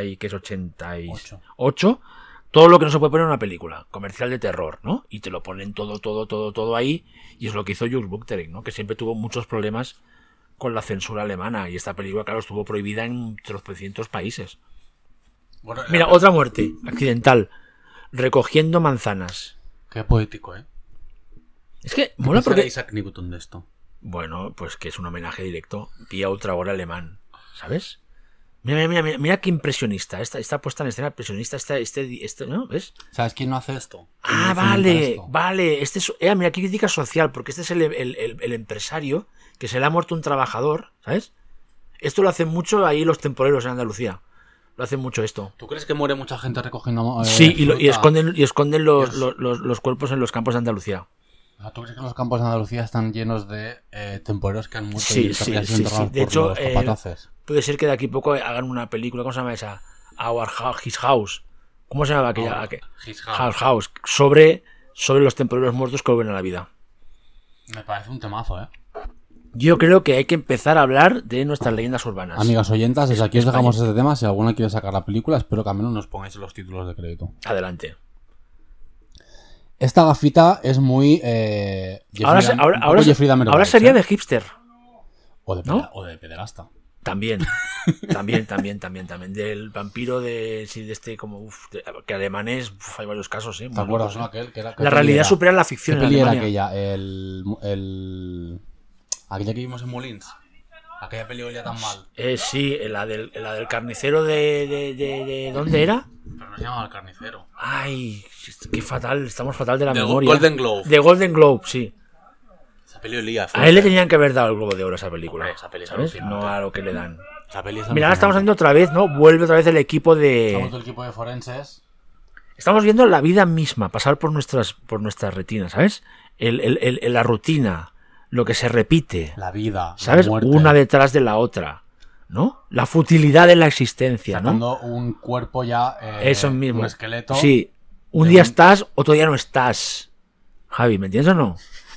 A: 88, todo lo que no se puede poner en una película comercial de terror, ¿no? Y te lo ponen todo ahí, y es lo que hizo Jules Buchterich, ¿no? Que siempre tuvo muchos problemas con la censura alemana, y esta película, claro, estuvo prohibida en tropecientos países.
B: Bueno,
A: Mira, otra muerte accidental, recogiendo manzanas.
B: Qué poético, ¿eh?
A: Es que mola
B: ¿Qué pensará
A: porque...
B: Isaac Newton de esto?
A: Bueno, pues que es un homenaje directo vía ultragore alemán, ¿sabes? Mira qué impresionista. Esta puesta en escena impresionista. ¿No? ¿Ves?
B: ¿Sabes quién no hace esto?
A: Ah,
B: ¿Quién fomenta
A: vale,
B: esto?
A: vale. Mira qué crítica social, porque este es el empresario que se le ha muerto un trabajador, ¿sabes? Esto lo hacen mucho ahí los temporeros en Andalucía. Lo hacen mucho esto.
B: ¿Tú crees que muere mucha gente recogiendo
A: Sí, y
B: fruta?
A: esconden los cuerpos en los campos de Andalucía.
B: O sea, ¿tú crees que los campos de Andalucía están llenos de temporeros que han muerto
A: Sí,
B: y
A: sí,
B: han sido
A: sí,
B: enterrados
A: sí. De
B: por
A: hecho,
B: los capataces?
A: puede ser que de aquí a poco hagan una película, ¿cómo se llama esa? His House. ¿Cómo se llama aquella?
B: His
A: House. Sobre los temporeros muertos que vuelven a la vida.
B: Me parece un temazo, ¿eh?
A: Yo creo que hay que empezar a hablar de nuestras leyendas urbanas.
B: Amigas oyentas, desde aquí os
A: España.
B: dejamos este tema. Si alguna quiere sacar la película, espero que al menos nos pongáis los títulos de crédito.
A: Adelante.
B: Esta gafita es muy...
A: Ahora
B: Jeffrey Dahmer
A: ahora
B: vibes,
A: sería
B: ¿eh?
A: de hipster. ¿no?
B: O de pederasta.
A: También. También. Del vampiro de este como... que alemán hay varios casos, ¿eh?
B: ¿Te acuerdas,
A: locos,
B: no?
A: ¿eh?
B: Aquel que era...
A: La realidad supera la ficción
B: ¿Qué
A: en
B: peli era
A: Alemania.
B: aquella? Aquella que vimos en Molins. Aquella peli olía tan mal.
A: Sí, la del carnicero de ¿dónde era?
B: Pero no se llamaba El Carnicero.
A: Ay, qué fatal, estamos fatal de la
B: De
A: memoria.
B: Golden Globe.
A: De Golden Globe, sí.
B: Esa peli olía.
A: A él le tenían que haber dado el Globo de Oro a esa película.
B: Hombre, esa peli es
A: ¿sabes?
B: alucinante.
A: No a lo que le dan.
B: Esa peli es
A: Mira, ahora estamos
B: alucinante.
A: haciendo otra vez, ¿no? Vuelve otra vez el equipo
B: Estamos
A: de...
B: del equipo de forenses.
A: Estamos viendo la vida misma pasar por nuestras retinas, ¿sabes? La rutina, lo que se repite,
B: La vida.
A: ¿sabes?
B: La muerte.
A: Una detrás de la otra, ¿no? La futilidad de la existencia, ¿no?
B: Sacando un cuerpo ya.
A: Eso mismo.
B: Un esqueleto.
A: Sí. Un día estás, otro día no estás. Javi, ¿me entiendes o no?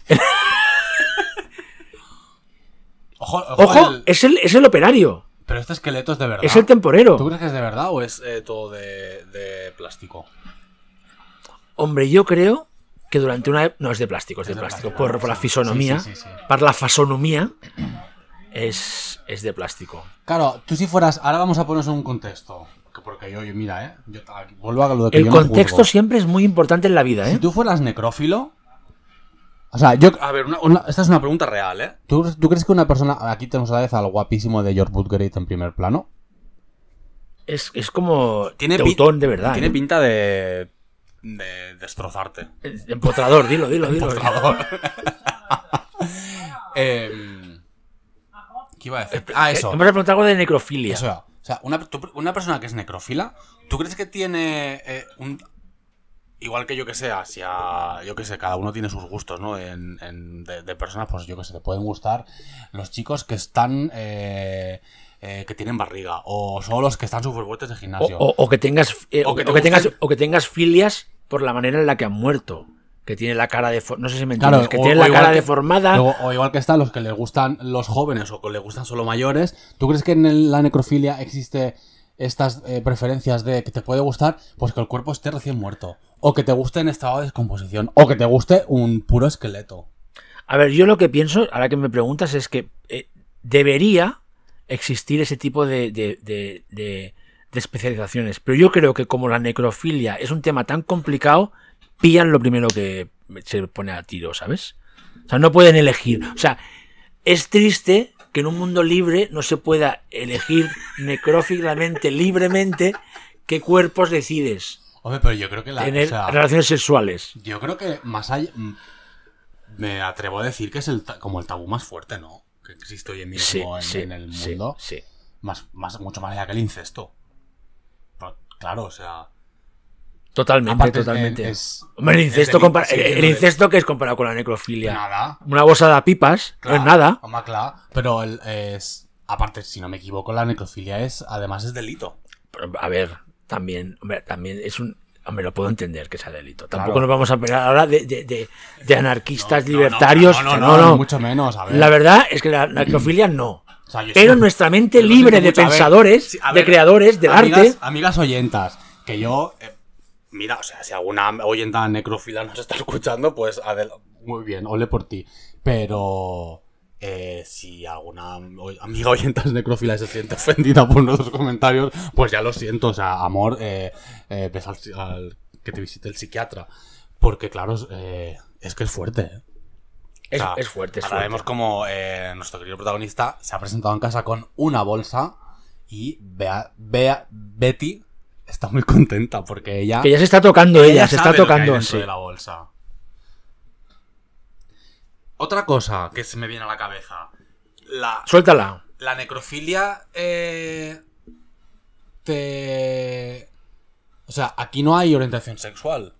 A: Ojo, es el operario.
B: Pero este esqueleto es de verdad.
A: Es el temporero.
B: ¿Tú crees que es de verdad o es todo de plástico?
A: Hombre, yo creo que durante una... No, es de plástico, es de
B: de
A: plástico.
B: plástico,
A: Por la
B: sí.
A: fisonomía.
B: Sí.
A: Para la fasonomía es de plástico.
B: Claro, tú si fueras... Ahora vamos a ponernos en un contexto. Porque yo mira, vuelvo a lo de que
A: El
B: yo no
A: contexto
B: juzgo.
A: siempre es muy importante en la vida, ¿eh?
B: Si tú fueras necrófilo... O sea, a ver, esta es una pregunta real, ¿eh? ¿Tú crees que una persona... Aquí tenemos a la vez al guapísimo de George Buchterich en primer plano.
A: Es como
B: Tiene
A: teutón de verdad.
B: Tiene
A: ¿eh?
B: pinta de destrozarte.
A: Empotrador, dilo.
B: ¿Qué iba a decir? Eso.
A: Vamos a preguntar algo de necrofilia.
B: Eso. O sea, una persona que es necrófila, ¿tú crees que tiene igual que yo que sé, yo que sé, cada uno tiene sus gustos, ¿no? De personas, pues yo que sé, te pueden gustar los chicos que están... que tienen barriga, o son los que están súper fuertes de gimnasio.
A: O que tengas
B: O que te
A: o que tengas filias por la manera en la que han muerto. Que tiene la cara no sé si me entiendes,
B: Claro,
A: que
B: o-
A: tiene
B: o
A: la
B: igual
A: cara
B: que-
A: deformada.
B: O igual que están los que les gustan los jóvenes o que les gustan solo mayores. ¿Tú crees que en la necrofilia existe estas preferencias de que te puede gustar pues que el cuerpo esté recién muerto? O que te guste en estado de descomposición. O que te guste un puro esqueleto.
A: A ver, yo lo que pienso, ahora que me preguntas, es que debería existir ese tipo de especializaciones. Pero yo creo que como la necrofilia es un tema tan complicado, pillan lo primero que se pone a tiro, ¿sabes? O sea, no pueden elegir. O sea, es triste que en un mundo libre no se pueda elegir necrófilamente, libremente, qué cuerpos decides
B: Hombre, pero yo creo que
A: tener relaciones sexuales.
B: Yo creo que más allá... Me atrevo a decir que es como el tabú más fuerte, ¿no? Que existe hoy en día en el mundo.
A: Sí.
B: Mucho más allá que el incesto. Pero, claro, o sea...
A: Totalmente. Hombre, el incesto que es comparado con la necrofilia.
B: Nada.
A: Una bolsa de pipas, no es nada.
B: Claro. Pero aparte, si no me equivoco, la necrofilia además es delito.
A: Pero, a ver, también es un... Hombre, lo puedo entender que sea delito. Tampoco nos vamos a pegar ahora de anarquistas libertarios.
B: No, mucho menos. A ver.
A: La verdad es que la necrofilia no.
B: O sea,
A: pero nuestra mente libre de pensadores, de creadores del arte...
B: Amigas oyentas, que yo... mira, o sea, si alguna oyenta necrófila nos está escuchando, pues muy bien, ole por ti. Pero... si alguna amiga oyenta necrófila se siente ofendida por nuestros comentarios, pues ya lo siento, o sea, amor, ves al que te visite el psiquiatra, porque claro, es que es fuerte, ¿eh?
A: Es fuerte.
B: Ahora vemos como nuestro querido protagonista se ha presentado en casa con una bolsa y Betty está muy contenta porque ella...
A: Que ya se está tocando, se está tocando
B: lo que hay dentro de la bolsa. Otra cosa que se me viene a la cabeza.
A: Suéltala.
B: La necrofilia O sea, aquí no hay orientación sexual.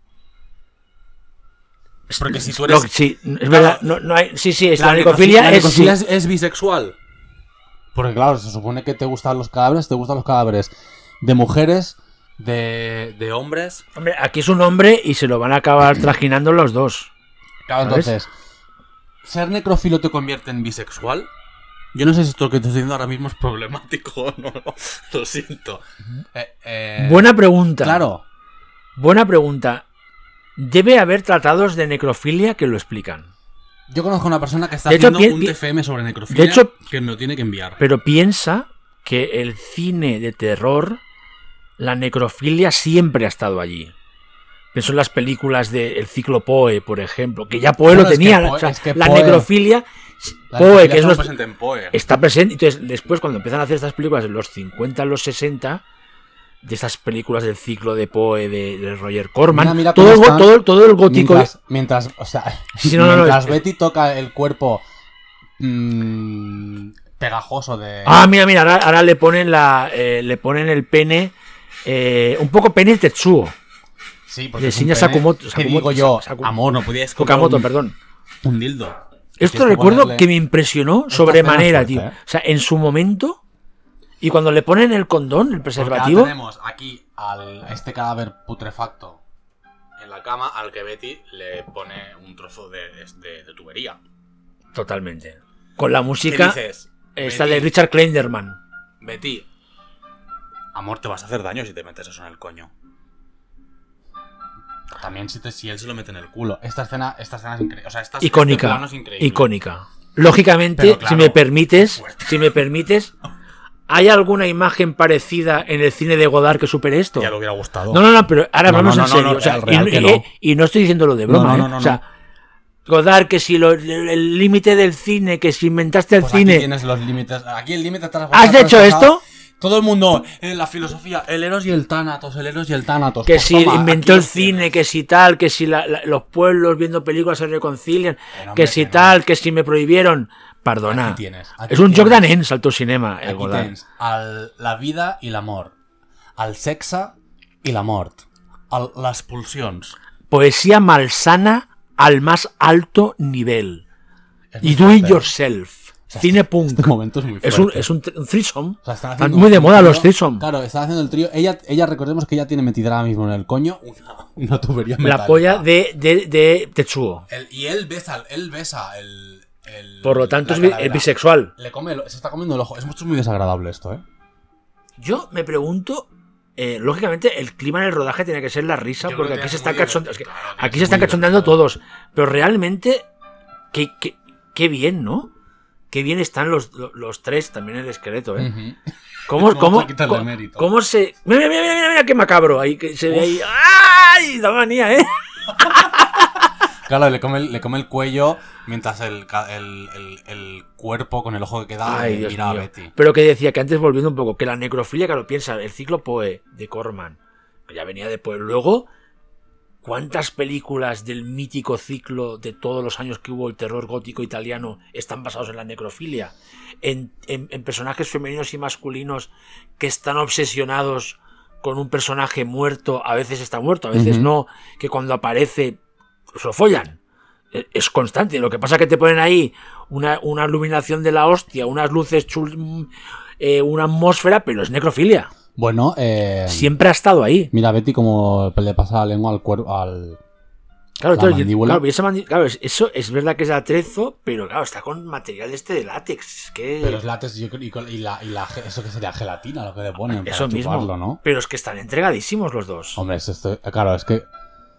B: Porque si tú eres...
A: Sí, es verdad. No hay... Sí, la necrofilia
B: es bisexual. Porque claro, se supone que te gustan los cadáveres de mujeres, de hombres.
A: Hombre, aquí es un hombre y se lo van a acabar trajinando los dos.
B: Claro, entonces... ¿Ser necrófilo te convierte en bisexual? Yo no sé si esto que te estoy diciendo ahora mismo es problemático, no, lo siento.
A: Buena pregunta.
B: Claro.
A: Buena pregunta. Debe haber tratados de necrofilia que lo explican.
B: Yo conozco a una persona que está haciendo un TFM sobre necrofilia,
A: de hecho,
B: que me lo tiene que enviar.
A: Pero piensa que el cine de terror, la necrofilia siempre ha estado allí. Pienso en las películas del ciclo Poe, por ejemplo, que ya Poe lo tenía. La necrofilia, Poe, que es
B: presente en Poe.
A: Está presente. Entonces, después, cuando empiezan a hacer estas películas en los 50, en los 60, de estas películas del ciclo de Poe, de Roger Corman,
B: mira
A: todo el gótico.
B: Mientras Betty toca el cuerpo pegajoso de.
A: Mira, ahora le ponen el pene, un poco pene Tetsuo.
B: Sí, porque
A: de Shinya Sakumoto.
B: ¿Qué digo yo? Amor, no podías comprar un dildo.
A: Esto recuerdo que me impresionó sobremanera, tío. O sea, en su momento, y cuando le ponen el condón, el preservativo...
B: Ahora tenemos aquí a este cadáver putrefacto en la cama al que Betty le pone un trozo de tubería.
A: Totalmente. Con la música esta
B: Betty,
A: de Richard Kleinderman.
B: Betty, amor, te vas a hacer daño si te metes eso en el coño. También si él se lo mete en el culo. Esta escena es increíble. O sea,
A: icónica.
B: Este es increíble.
A: Icónica. Lógicamente, claro, si me permites, ¿hay alguna imagen parecida en el cine de Godard que supere esto?
B: Ya le hubiera gustado.
A: No, pero ahora vamos en serio. O sea, y no estoy diciéndolo de broma, O sea, Godard, que si el límite del cine, que si inventaste el cine...
B: Aquí tienes los límites. Aquí el límite está...
A: ¿Has hecho esto?
B: Todo el mundo, la filosofía, el Eros y el Tánatos.
A: Que pues si inventó el cine, que si tal, que si los pueblos viendo películas se reconcilian, que si tal, que si me prohibieron. Perdona.
B: Aquí
A: es un joc de nens al teu cinema, el Godard.
B: Tens la vida i l'amor, el sexe i la mort, les pulsions.
A: Poesía malsana al más alto nivel. Y do it yourself. Cine punk.
B: Este momento es muy fuerte.
A: Es un threesome.
B: O sea,
A: están muy de moda los threesome.
B: Claro, están haciendo el trío. Ella recordemos que ella tiene metida ahora mismo en el coño una tubería metálica.
A: La polla de Tetsuo.
B: Y él besa el
A: por lo tanto es bisexual.
B: Se está comiendo el ojo. Es muy desagradable esto, ¿eh?
A: Yo me pregunto... lógicamente el clima en el rodaje tiene que ser la risa. Yo porque aquí se están cachondeando todos. Pero realmente qué bien, ¿no? Qué bien están los tres, también el esqueleto, ¿eh?
B: Uh-huh.
A: ¿Cómo se...? Mira qué macabro ahí, que se ve ahí. ¡Ay! Da manía, ¿eh?
B: Claro, le come el cuello mientras el cuerpo con el ojo que queda
A: Ay, Dios
B: mira
A: mío.
B: a Betty.
A: Pero que decía que antes, volviendo un poco, que la necrofilia, claro, piensa, el ciclo Poe de Corman, que ya venía después. Luego, ¿cuántas películas del mítico ciclo de todos los años que hubo el terror gótico italiano están basados en la necrofilia? En personajes femeninos y masculinos que están obsesionados con un personaje muerto, a veces está muerto, a veces no, que cuando aparece se lo follan. Es constante. Lo que pasa es que te ponen ahí una iluminación de la hostia, unas luces una atmósfera, pero es necrofilia.
B: Bueno,
A: siempre ha estado ahí.
B: Mira a Betty como le pasa la lengua al cuerpo,
A: Claro,
B: la mandíbula.
A: Claro, eso es verdad que es de atrezo, pero claro, está con material de látex.
B: Pero es látex yo creo, eso que sería gelatina lo que le ponen
A: eso
B: para
A: mismo,
B: chuparlo, ¿no?
A: Pero es que están entregadísimos los dos.
B: Hombre, claro, es que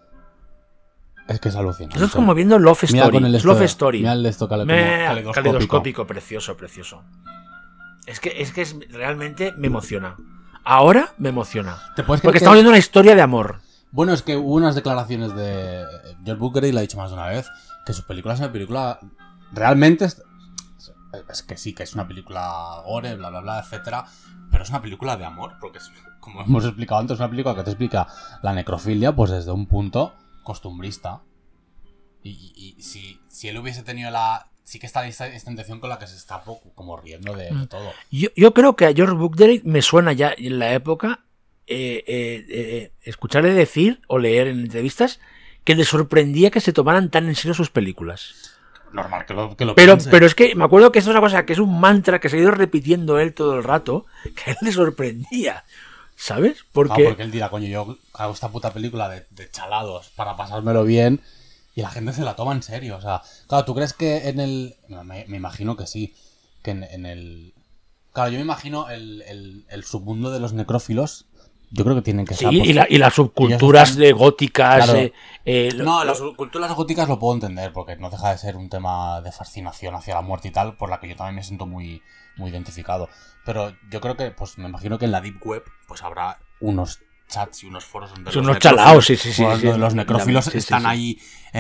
B: es alucinante.
A: Eso es como viendo Love
B: Mira
A: Story.
B: con el
A: Love Story.
B: Mira el de esto
A: Caleidoscópico, precioso. Es que realmente me emociona. Ahora me emociona. Porque estamos viendo una historia de amor.
B: Bueno, es que hubo unas declaraciones de George Booker y lo ha dicho más de una vez, que su película es una película realmente es que sí, que es una película gore, bla bla bla, etcétera, pero es una película de amor, porque es, como hemos explicado antes, es una película que te explica la necrofilia pues desde un punto costumbrista. Y si él hubiese tenido sí que está esta intención con la que se está como riendo de todo.
A: Yo creo que a George Booker me suena ya en la época escucharle decir o leer en entrevistas que le sorprendía que se tomaran tan en serio sus películas.
B: Normal que lo
A: pero,
B: piense.
A: Pero es que me acuerdo que esto es una cosa que es un mantra que se ha ido repitiendo él todo el rato, que a él le sorprendía, ¿sabes?
B: Porque él dirá, coño, yo hago esta puta película de chalados para pasármelo bien y la gente se la toma en serio. O sea, claro, ¿tú crees que en el... Me imagino que sí, que en el... Claro, yo me imagino el submundo de los necrófilos. Yo creo que tienen que ser...
A: Sí, y las subculturas de góticas...
B: Claro. No, las subculturas góticas lo puedo entender, porque no deja de ser un tema de fascinación hacia la muerte y tal, por la que yo también me siento muy, muy identificado. Pero yo creo que, pues me imagino que en la Deep Web pues habrá unos chats y unos foros donde
A: son unos chalaos, sí.
B: Los necrófilos están ahí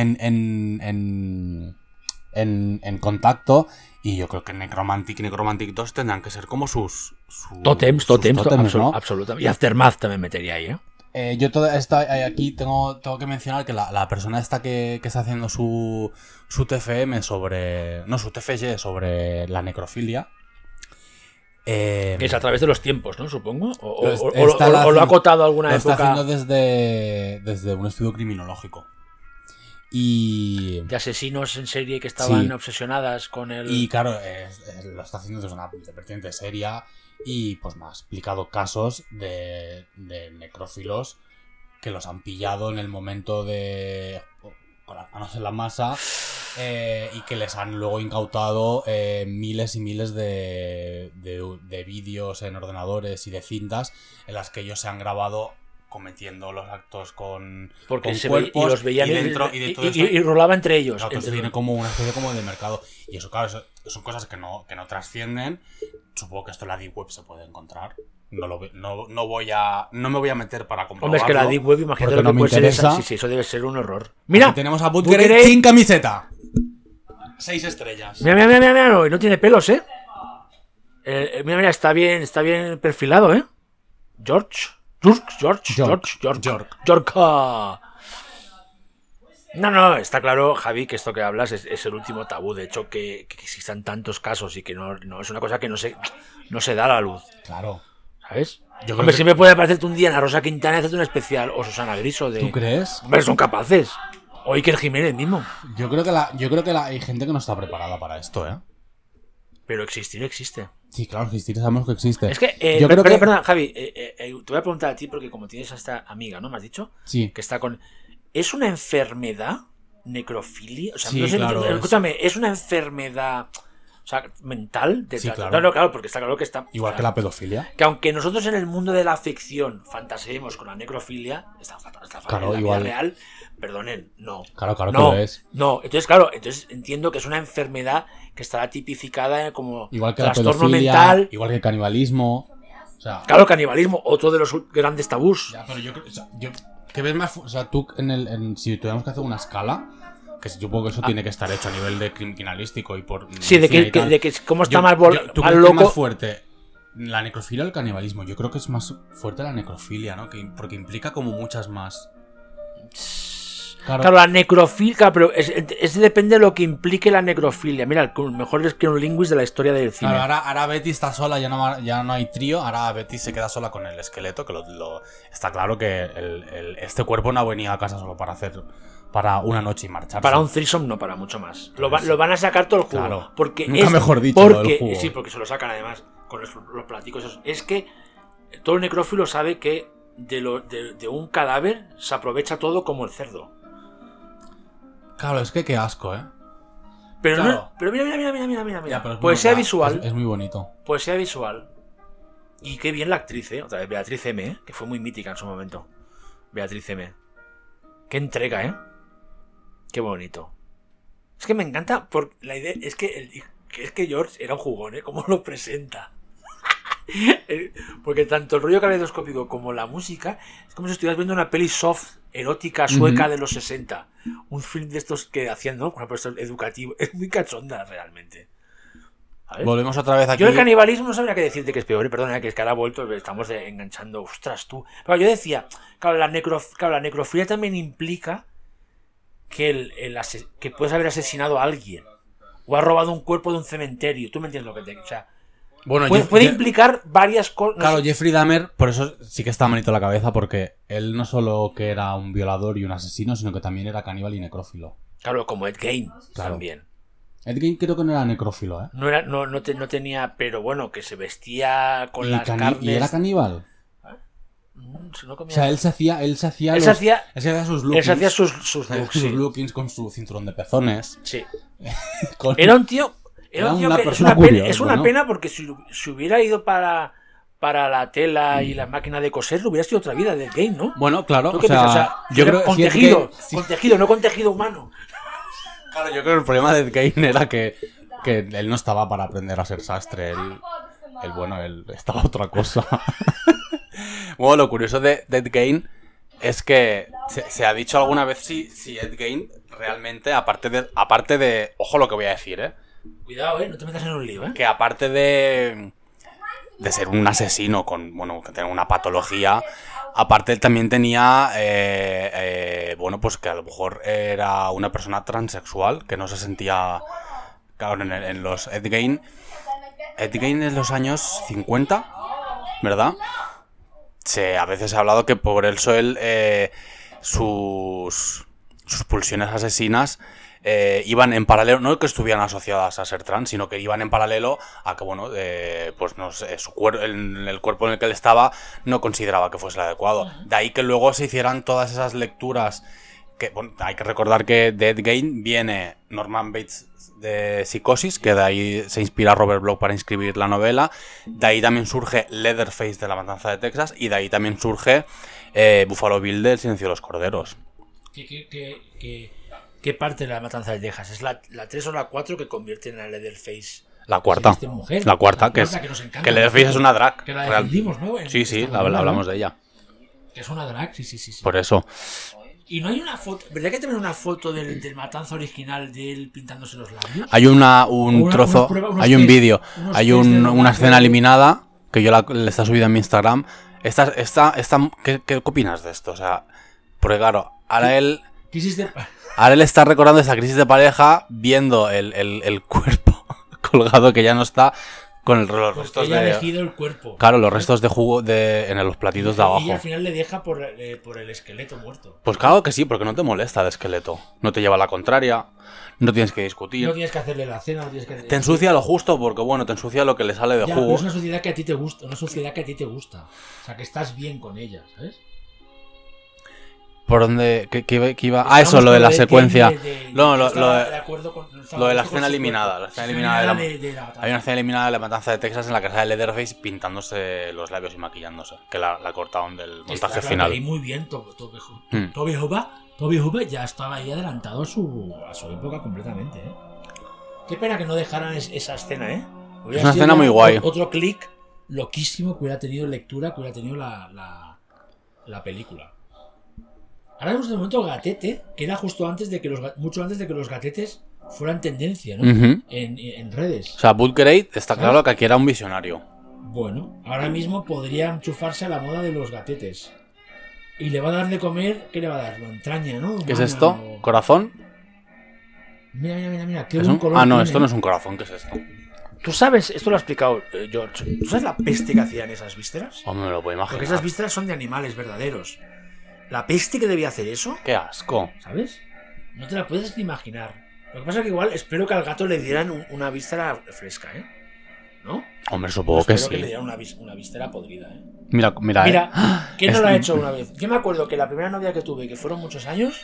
B: en contacto. Y yo creo que Necromantic y Necromantic 2 tendrán que ser como sus
A: tótems,
B: ¿no?
A: Absolutamente. Y Aftermath también metería ahí, ¿eh?
B: Yo aquí tengo que mencionar que la persona esta que está haciendo su TFM sobre... No, su TFG sobre la necrofilia.
A: Que es a través de los tiempos, ¿no? Supongo. O
B: lo
A: lo ha acotado alguna
B: lo
A: época.
B: Está haciendo desde un estudio criminológico. Y...
A: de asesinos en serie que estaban obsesionadas con el...
B: Y claro, lo está haciendo desde una vertiente seria y pues me ha explicado casos de necrófilos que los han pillado en el momento con las manos en la masa y que les han luego incautado miles y miles de vídeos en ordenadores y de cintas en las que ellos se han grabado cometiendo los actos con cuerpos
A: y los veían y rolaba entre ellos.
B: Claro, que tiene como una especie como de mercado. Y eso, claro, son cosas que no trascienden. Supongo que esto en la Deep Web se puede encontrar. No me voy a meter para comprobarlo.
A: Hombre, es que la Deep Web, imagínate lo que puede ser esa. Sí, eso debe ser un horror.
B: Mira, aquí tenemos a Butgereit sin camiseta. 6 estrellas.
A: Mira, no tiene pelos, ¿eh? Mira, está bien perfilado, ¿eh? George. No, está claro, Javi, que esto que hablas es el último tabú. De hecho, que existan tantos casos y que no es una cosa que no se da a la luz.
B: Claro.
A: ¿Sabes? Hombre, siempre puede aparecerte un día en la Rosa Quintana y hacerte un especial, o Susana Griso de...
B: ¿Tú crees?
A: Hombre, son capaces. O Iker Jiménez mismo.
B: Yo creo que hay gente que no está preparada para esto, ¿eh?
A: Pero existir existe.
B: Sí, claro, existir sabemos que existe.
A: Es que, perdón, Javi, te voy a preguntar a ti porque como tienes a esta amiga, ¿no? ¿Me has dicho?
B: Sí.
A: Que está con... ¿Es una enfermedad necrofilia? O sea,
B: sí,
A: no sé,
B: claro,
A: escúchame, ¿es una enfermedad mental?
B: Sí, claro.
A: Claro, porque está claro que está...
B: Igual que la pedofilia.
A: Que aunque nosotros en el mundo de la ficción fantaseemos con la necrofilia, está
B: claro,
A: en la
B: igual.
A: vida real, perdonen, no.
B: Claro
A: no,
B: que lo es.
A: No, entonces entiendo que es una enfermedad que estará tipificada como
B: igual que
A: trastorno
B: la pedofilia,
A: mental.
B: Igual que el canibalismo. O sea,
A: claro, el canibalismo, otro de los grandes tabús.
B: Ya, pero yo creo... ¿qué ves más? O sea, tú si tuviéramos que hacer una escala, Que supongo que eso tiene que estar hecho a nivel de criminalístico y por...
A: Sí, de
B: medicina y
A: que,
B: tal.
A: de que cómo está
B: Yo-
A: más,
B: ¿tú crees que es
A: loco.
B: más fuerte la necrofilia o el canibalismo? Yo creo que es más fuerte la necrofilia, ¿no? Porque implica como muchas más.
A: Claro, la necrofilia, pero es depende de lo que implique la necrofilia. Mira, el mejor screenlinguist de la historia del cine.
B: Claro, ahora Betty está sola, ya no hay trío, ahora Betty se queda sola con el esqueleto, que está claro que este cuerpo no ha venido a casa solo para una noche y marcharse.
A: Para un threesome no, para mucho más. Lo van a sacar todo el jugo.
B: Claro.
A: Porque
B: Nunca mejor dicho, lo del jugo.
A: Sí, porque se lo sacan además con los platicos esos. Es que todo el necrófilo sabe que de un cadáver se aprovecha todo como el cerdo.
B: Claro, es que qué asco, ¿eh?
A: Pero
B: Claro.
A: no, pero mira.
B: Ya, pero es
A: Poesía
B: muy-
A: visual.
B: Es muy bonito.
A: Poesía visual. Y qué bien la actriz, otra vez, Beatriz M, que fue muy mítica en su momento. Beatriz M. Qué entrega, Qué bonito. Es que me encanta por la idea. Es que George era un jugón, Cómo lo presenta. Porque tanto el rollo caleidoscópico como la música es como si estuvieras viendo una peli soft, erótica, sueca de los 60. Un film de estos que hacían, ¿no? Por ejemplo, esto es educativo. Es muy cachonda, realmente. ¿Sabes?
B: Volvemos otra vez aquí.
A: Yo el canibalismo no sabría qué decirte que es peor, perdona, que es que ahora ha vuelto, estamos enganchando, ostras, tú. Pero yo decía, claro, la necrofilia también implica que que puedes haber asesinado a alguien o has robado un cuerpo de un cementerio. ¿Tú me entiendes lo que te... O sea,
B: Bueno,
A: puede implicar varias cosas.
B: Claro, Jeffrey Dahmer, por eso sí que está malito la cabeza, porque él no solo que era un violador y un asesino, sino que también era caníbal y necrófilo.
A: Claro, como Ed Gein
B: Claro.
A: también.
B: Ed Gein creo que no era necrófilo, ¿eh?
A: No tenía, pero bueno, que se vestía con las carnes.
B: ¿Y era caníbal?
A: Si no comía
B: O sea, él se hacía
A: Él
B: sus lookings.
A: él se hacía sus looks,
B: sus
A: sí.
B: lookings con su cinturón de pezones.
A: Sí.
B: Con-
A: Era un tío
B: Era
A: que
B: una
A: es
B: persona
A: una pena,
B: curiosa,
A: es una
B: ¿no?
A: pena porque si hubiera ido para la tela y la máquina de coser, lo hubiera sido otra vida de Game, ¿no?
B: Bueno, claro,
A: ¿Tú
B: o
A: qué piensas?
B: sea, yo creo
A: con
B: si Ed
A: tejido,
B: Gein- si-
A: con tejido, no con tejido humano.
B: Claro, yo creo que el problema de Ed Gein era que él no estaba para aprender a ser sastre. Él estaba a otra cosa. Bueno, lo curioso de Ed Gein es que se ha dicho alguna vez si Ed Gein realmente, aparte de... Ojo lo que voy a decir,
A: Cuidado, no te metas en un lío,
B: que aparte de ser un asesino que tenía una patología, aparte él también tenía, pues que a lo mejor era una persona transexual, que no se sentía, claro, en los Ed Gein en los años 50, ¿verdad? A veces se ha hablado que por eso él, sus pulsiones asesinas iban en paralelo, no que estuvieran asociadas a ser trans, sino que iban en paralelo a que, pues no sé, el cuerpo en el que él estaba no consideraba que fuese el adecuado. De ahí que luego se hicieran todas esas lecturas, que hay que recordar que de Ed Gein viene Norman Bates de Psicosis, que de ahí se inspira Robert Bloch para escribir la novela. De ahí también surge Leatherface de La Matanza de Texas, y de ahí también surge Buffalo Bill de El Silencio de los Corderos.
A: ¿Qué parte de La Matanza de Texas? ¿Es la 3 o la 4 que convierten a Leatherface?
B: La cuarta.
A: Mujer?
B: La cuarta, que
A: nos encanta,
B: que Leatherface es una drag.
A: Que la defendimos, ¿no?
B: Sí, hablamos de ella.
A: Que es una drag, sí.
B: Por eso.
A: Y no hay una foto, ¿verdad que tenemos una foto del Matanza original de él pintándose los labios?
B: Hay un trozo, hay un vídeo, hay una escena eliminada que yo le está subida en mi Instagram. ¿Qué opinas de esto? O sea, porque claro, ahora él está recordando esa crisis de pareja viendo el cuerpo colgado que ya no está con los restos
A: ella ha
B: de...
A: elegido el cuerpo.
B: Claro, los restos de jugo en los platitos de abajo.
A: Y al final le deja por el esqueleto muerto.
B: Pues claro que sí, porque no te molesta el esqueleto. No te lleva a la contraria, no tienes que discutir.
A: No tienes que hacerle la cena, no tienes que...
B: Te ensucia lo justo porque, te ensucia lo que le sale de
A: ya,
B: jugo.
A: pero es una sociedad que a ti te gusta, O sea, que estás bien con ella, ¿sabes?
B: ¿Por dónde? ¿Qué iba? Ah, eso, lo de la secuencia. Lo de la escena eliminada. La escena eliminada hay una escena eliminada de La Matanza de Texas en la que sale Leatherface pintándose los labios y maquillándose, que la cortaron del montaje final.
A: Y muy bien, Toby Hooper ya estaba ahí adelantado a su época completamente, Qué pena que no dejaran esa escena,
B: Es una escena muy guay.
A: Otro clic loquísimo que hubiera tenido lectura, que hubiera tenido la película. Ahora vemos de momento gatete, que era justo antes de que mucho antes de que los gatetes fueran tendencia, ¿no? En redes.
B: O sea, Butgerade está
A: ¿sabes?
B: claro que aquí era un visionario.
A: Bueno, ahora mismo podría enchufarse a la moda de los gatetes. Y le va a dar de comer, ¿qué le va a dar? La entraña, ¿no?
B: ¿Qué es esto? ¿Corazón?
A: Mira, qué
B: ¿Es
A: buen
B: un...
A: color
B: Ah, no,
A: tiene.
B: esto no es un corazón, ¿qué es esto?
A: ¿Tú sabes? Esto lo ha explicado George. ¿Tú sabes la peste que hacían esas vísceras?
B: Hombre, me lo puedo
A: Porque
B: imaginar.
A: esas vísceras son de animales verdaderos. La peste que debía hacer eso,
B: Qué asco.
A: ¿sabes? No te la puedes ni imaginar. Lo que pasa es que igual espero que al gato le dieran una víscera fresca, ¿eh? ¿No?
B: Hombre, supongo que
A: Espero
B: sí.
A: que le dieran una víscera podrida, ¿eh?
B: Mira,
A: Mira, ¿quién no
B: Es-
A: lo ha hecho una vez? Yo me acuerdo que la primera novia que tuve, que fueron muchos años,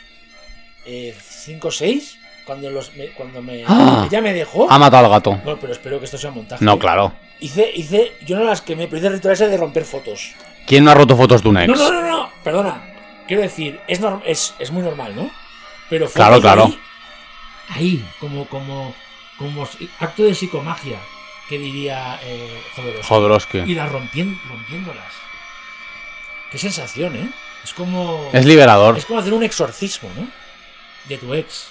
A: 5 o 6, cuando ella me dejó.
B: Ha matado al gato.
A: Bueno, pero espero que esto sea montaje.
B: No, claro.
A: Yo no las quemé, pero hice el ritual ese de romper fotos.
B: ¿Quién no ha roto fotos de un ex?
A: No, perdona. Quiero decir, es muy normal, ¿no? Pero fotos
B: Claro,
A: de
B: claro.
A: Ahí, como acto de psicomagia, que diría Jodorowsky.
B: Jodorowsky.
A: Y las rompiéndolas. Qué sensación, ¿eh? Es como
B: liberador.
A: es como hacer un exorcismo, ¿no? De tu ex.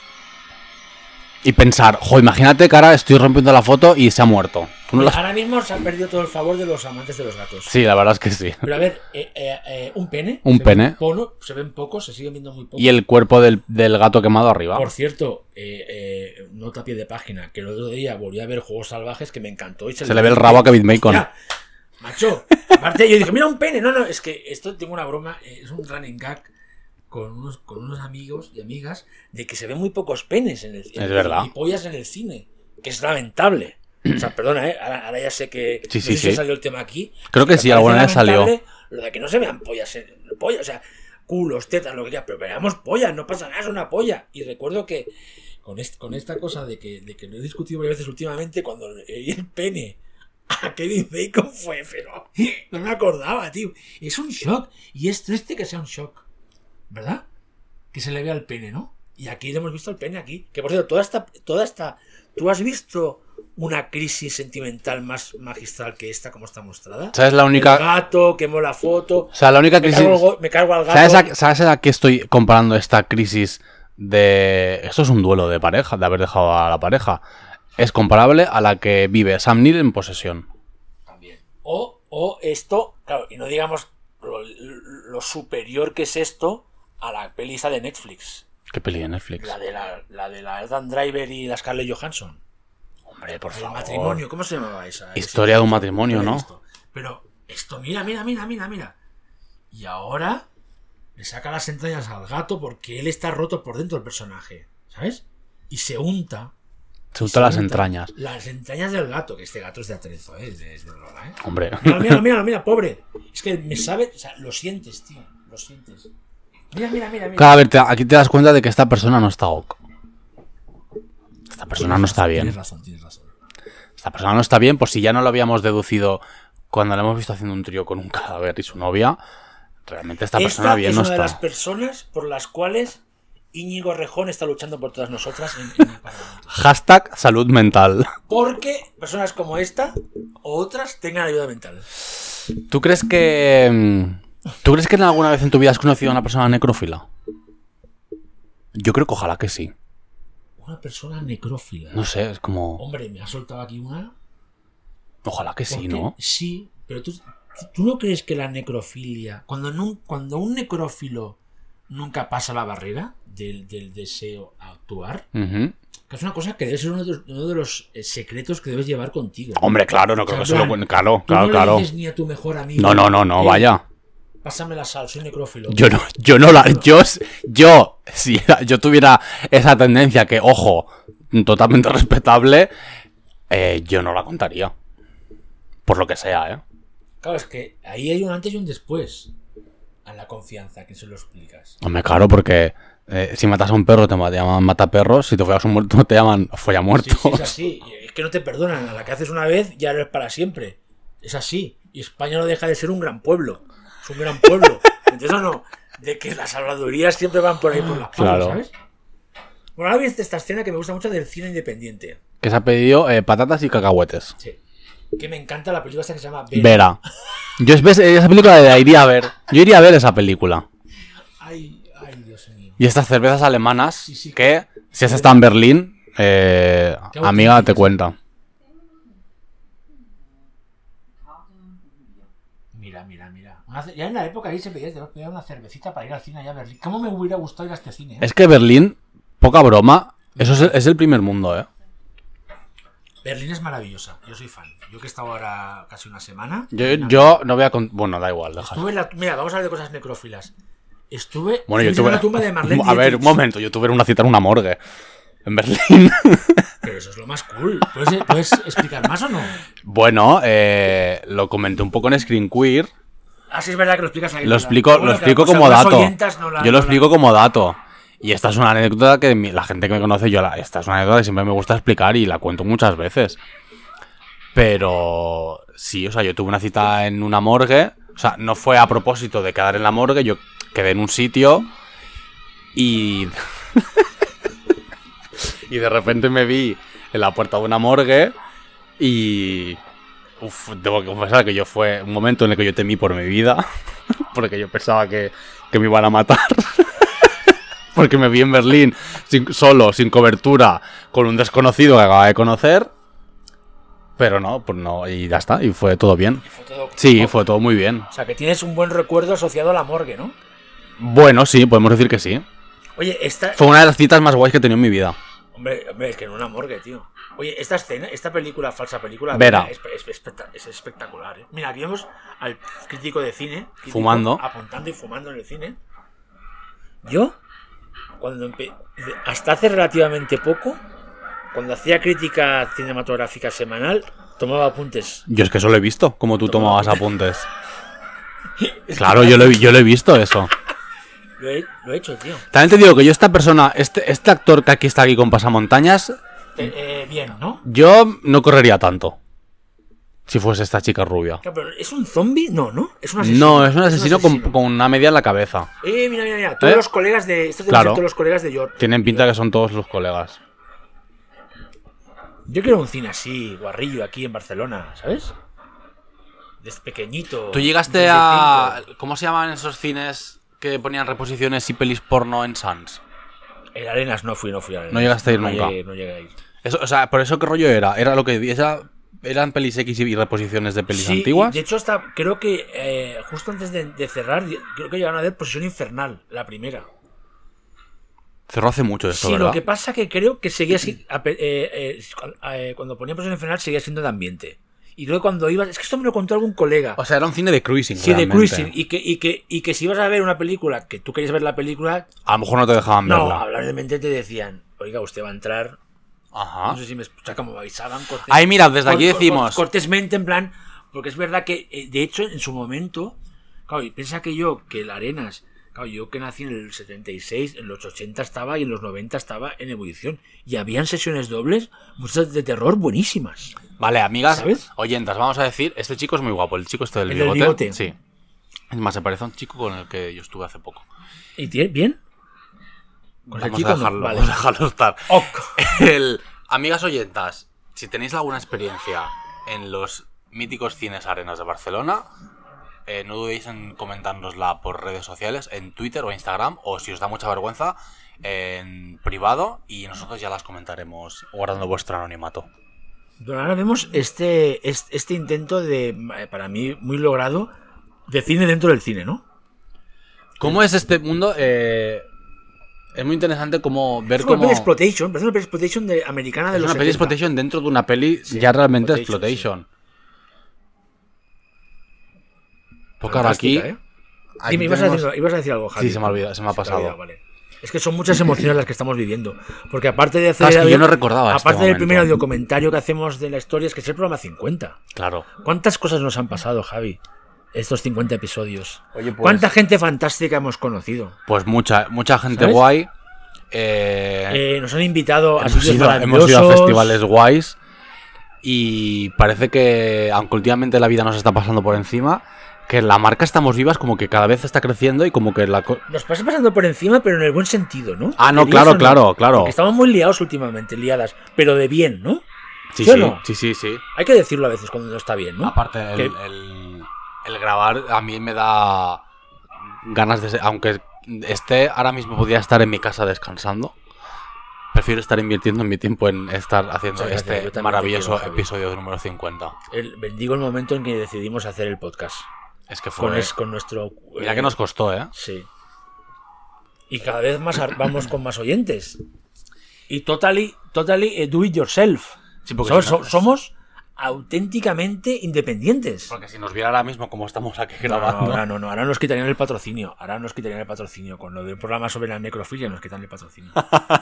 B: Y pensar, imagínate que ahora estoy rompiendo la foto y se ha muerto. ¿Tú no
A: Mira,
B: las-
A: ahora mismo se han perdido todo el favor de los amantes de los gatos.
B: Sí, la verdad es que sí.
A: Pero a ver, un pene.
B: Un
A: se
B: pene.
A: Se ven pocos, se siguen viendo muy pocos.
B: Y el cuerpo del gato quemado arriba.
A: Por cierto, nota a pie de página, que el otro día volví a ver Juegos Salvajes que me encantó. Y
B: Se le ve el rabo a Kevin Bacon.
A: Hostia, macho, aparte yo dije, mira un pene. No, es que esto tengo una broma, es un running gag con unos amigos y amigas de que se ven muy pocos penes en el cine.
B: Es verdad.
A: Y pollas en el cine, que es lamentable. O sea, perdona, ahora ya sé que
B: Sí,
A: no sé
B: sí,
A: si
B: sí.
A: salió el tema aquí.
B: Creo que
A: Me
B: sí,
A: parece
B: alguna vez salió.
A: lamentable Lo de que no se vean pollas, o sea, culos, tetas, lo que quiera, pero veamos pollas, no pasa nada, es una polla. Y recuerdo que con esta cosa de que lo he discutido varias veces últimamente, cuando leí el pene a Kevin Bacon pero no me acordaba, tío. Es un shock, y es triste que sea un shock, ¿verdad? Que se le vea el pene, ¿no? Y aquí le hemos visto el pene aquí. Que por cierto, toda esta. ¿Tú has visto una crisis sentimental más magistral que esta, como está mostrada?
B: ¿Sabes la única?
A: El gato, quemó la foto.
B: O sea, la única crisis.
A: Me cargo al gato.
B: ¿Sabes a qué estoy comparando esta crisis de... Esto es un duelo de pareja, de haber dejado a la pareja. Es comparable a la que vive Sam Neill en Posesión.
A: También. O esto, claro, y no digamos lo superior que es esto a la peli esa de Netflix.
B: ¿Qué peli de Netflix?
A: La de la Adam Driver y la Scarlett Johansson.
B: Hombre, por
A: El
B: favor.
A: matrimonio, ¿cómo se llamaba esa?
B: Historia de un matrimonio, ¿no?
A: Pero esto, mira. Y ahora le saca las entrañas al gato porque él está roto por dentro, el personaje, ¿sabes? Y se unta.
B: Se unta las entrañas.
A: Las entrañas del gato, que este gato es de atrezo, es de droga, ¿eh?
B: Hombre.
A: Mira, pobre. Es que me sabe, o sea, lo sientes, tío, lo sientes. Mira.
B: Claro, a ver, aquí te das cuenta de que esta persona no está ok. Esta persona no está bien.
A: Tienes razón.
B: Esta persona no está bien, pues si ya no lo habíamos deducido cuando le hemos visto haciendo un trío con un cadáver y su novia, realmente esta persona bien
A: es
B: no
A: una de las
B: está.
A: personas por las cuales Íñigo Errejón está luchando por todas nosotras en el Parlamento.
B: Hashtag salud mental.
A: Porque personas como esta o otras tengan ayuda mental.
B: ¿Tú crees que en alguna vez en tu vida has conocido a una persona necrófila? Yo creo que ojalá que sí.
A: Una persona necrófila.
B: No sé, es como...
A: Hombre, me ha soltado aquí una.
B: Ojalá que sí,
A: Porque
B: ¿no?
A: sí, pero tú no crees que la necrofilia, cuando un necrófilo nunca pasa la barrera del deseo a actuar,
B: Ujú.
A: que es una cosa que debe ser uno de los secretos que debes llevar contigo, ¿no?
B: Hombre, claro, no creo
A: O
B: que
A: sea,
B: se
A: en
B: lo...
A: plan,
B: Claro,
A: tú no
B: claro.
A: le dices ni a tu mejor amigo.
B: No, vaya.
A: Pásame la sal, soy necrófilo.
B: Si yo tuviera esa tendencia que, ojo, totalmente respetable, yo no la contaría. Por lo que sea, ¿eh?
A: Claro, es que ahí hay un antes y un después a la confianza, que se lo explicas.
B: Hombre, claro, porque si matas a un perro te llaman mataperros, si te follas a un muerto te llaman follamuertos.
A: Sí, es así. Es que no te perdonan. A la que haces una vez ya eres para siempre. Es así. Y España no deja de ser un gran pueblo. Es un gran pueblo. Entonces, no, de que las habladurías siempre van por ahí por la
B: Claro.
A: ¿sabes? Bueno, ahora viste esta escena que me gusta mucho del cine independiente.
B: Que se ha pedido patatas y cacahuetes.
A: Sí. Que me encanta la película esta que se llama
B: Vera. Esa película la iría a ver. Yo iría a ver esa película.
A: Ay, Dios
B: Y estas cervezas alemanas,
A: Sí.
B: que si has estado en Berlín, amiga, te cuenta.
A: Mira. Ya en la época ahí se pedía una cervecita para ir al cine allá a Berlín. ¿Cómo me hubiera gustado ir a este cine?
B: Es que Berlín, poca broma, eso es el primer mundo, ¿eh?
A: Berlín es maravillosa. Yo soy fan. Yo que he estado ahora casi una semana.
B: Yo no voy a... Bueno, da igual, déjalo.
A: Estuve en la... Mira, vamos a hablar de cosas necrófilas. Estuve
B: Bueno,
A: en la tumba de Marlene
B: A ver,
A: Dietrich.
B: un momento, yo tuve una cita en una morgue. En Berlín.
A: Pero eso es lo más cool. ¿Puedes explicar más o no?
B: Bueno, lo comenté un poco en Screen Queer.
A: Ah, sí, es verdad que lo explicas ahí.
B: Lo explico como dato. Yo lo explico como dato. Y esta es una anécdota que la gente que me conoce, esta es una anécdota que siempre me gusta explicar y la cuento muchas veces. Pero sí, o sea, yo tuve una cita en una morgue. O sea, no fue a propósito de quedar en la morgue, yo quedé en un sitio y... y de repente me vi en la puerta de una morgue y... debo confesar que fue un momento en el que yo temí por mi vida, porque yo pensaba que me iban a matar. Porque me vi en Berlín solo, sin cobertura, con un desconocido que acababa de conocer. Pero no, pues no, y ya está, y fue todo bien. Sí, fue todo muy bien.
A: O sea, que tienes un buen recuerdo asociado a la morgue, ¿no?
B: Bueno, sí, podemos decir que sí.
A: Oye,
B: Fue una de las citas más guays que he tenido en mi vida.
A: Hombre, es que en una morgue, tío. Oye, esta película, falsa película,
B: Vera.
A: Es espectacular, ¿eh? Mira, aquí vemos al crítico de cine.
B: Fumando.
A: Apuntando y fumando en el cine. Yo, hasta hace relativamente poco, cuando hacía crítica cinematográfica semanal, tomaba apuntes.
B: Yo es que eso lo he visto, como tú tomabas apuntes. Claro, yo lo he visto eso.
A: Lo he hecho, tío.
B: También te digo que yo esta persona, este actor que aquí está aquí con pasamontañas,
A: bien, ¿no?
B: yo no correría tanto. Si fuese esta chica rubia.
A: Claro, pero ¿es un zombie? No, ¿no? Es un asesino.
B: No, es un asesino con una media en la cabeza.
A: Mira. Todos los colegas de... Estos
B: Claro.
A: todos los colegas de York.
B: Tienen pinta que son todos los colegas.
A: Yo quiero un cine así, guarrillo, aquí en Barcelona, ¿sabes? Pequeñito.
B: ¿Tú llegaste a... ¿Cómo se llamaban esos cines que ponían reposiciones y pelis porno en Sans?
A: En Arenas no fui a Arenas.
B: No llegaste a ir nunca.
A: No llegué a ir.
B: Eso, o sea, por eso qué rollo era. Era lo que... ¿Eran pelis X y reposiciones de pelis antiguas?
A: De hecho, creo que justo antes de cerrar, creo que llegaron a ver Posesión Infernal, la primera.
B: Cerró hace mucho esto,
A: sí,
B: ¿verdad?
A: Lo que pasa que creo que seguía cuando ponía Posesión Infernal seguía siendo de ambiente. Y creo que cuando ibas... Es que esto me lo contó algún colega.
B: O sea, era un cine de cruising,
A: sí,
B: realmente.
A: de cruising. Y que si ibas a ver una película, que tú querías ver la película...
B: A lo mejor no te dejaban verla.
A: No, habitualmente te decían, oiga, usted va a entrar...
B: Ajá.
A: No sé si me escucha, como me avisaban.
B: Ahí mira, desde aquí decimos...
A: Cortésmente, en plan... Porque es verdad que, de hecho, en su momento... Claro, y piensa que el Arenas... Claro, yo que nací en el 76, en los 80 estaba y en los 90 estaba en ebullición. Y habían sesiones dobles, muchas de terror buenísimas.
B: Vale, amigas,
A: ¿sabes?
B: Oyentas, vamos a decir... Este chico es muy guapo, el chico este del
A: ¿El
B: bigote.
A: del bigote?
B: Sí. Es más, se parece a un chico con el que yo estuve hace poco.
A: ¿Y tiene bien?
B: Vamos a dejarlo estar. Amigas oyentas, si tenéis alguna experiencia en los míticos cines Arenas de Barcelona, no dudéis en comentárnosla por redes sociales, en Twitter o Instagram, o si os da mucha vergüenza, en privado, y nosotros ya las comentaremos guardando vuestro anonimato.
A: Pero ahora vemos este intento de, para mí, muy logrado, de cine dentro del cine, ¿no?
B: ¿Cómo es este mundo? Es muy interesante como ver cómo...
A: Es una peli exploitation de americana de los 70.
B: Es una peli exploitation dentro de una peli ya realmente exploitation.
A: Sí.
B: Porque ahora aquí...
A: Dime, ibas a decir algo, Javi.
B: Sí, se me ha olvidado, se me ha pasado.
A: Vale. Es que son muchas emociones las que estamos viviendo. Porque aparte de hacer...
B: Claro, es que yo no recordaba
A: aparte del primer audiocomentario que hacemos de la historia, es que es el programa 50.
B: Claro.
A: ¿Cuántas cosas nos han pasado, Javi? Estos 50 episodios.
B: Oye, pues,
A: ¿cuánta gente fantástica hemos conocido?
B: Pues mucha gente, ¿sabes? Guay.
A: Nos han invitado
B: hemos ido a festivales guays. Y parece que, aunque últimamente la vida nos está pasando por encima, que la marca Estamos Vivas como que cada vez está creciendo y como que
A: nos pasa pasando por encima, pero en el buen sentido, ¿no?
B: Ah, no, claro.
A: Porque estamos muy liados últimamente, liadas, pero de bien, ¿no?
B: Sí.
A: Hay que decirlo a veces cuando no está bien, ¿no?
B: Aparte, el grabar a mí me da ganas de... Aunque ahora mismo podría estar en mi casa descansando. Prefiero estar invirtiendo mi tiempo en estar haciendo maravilloso episodio número 50.
A: Bendigo el momento en que decidimos hacer el podcast.
B: Es que fue...
A: Con nuestro...
B: Mira que nos costó, ¿eh?
A: Sí. Y cada vez más vamos con más oyentes. Y totally do it yourself.
B: Sí, porque
A: somos auténticamente independientes.
B: Porque si nos viera ahora mismo como estamos aquí grabando...
A: No, ahora nos quitarían el patrocinio. Con lo del programa sobre la necrofilia nos quitan el patrocinio.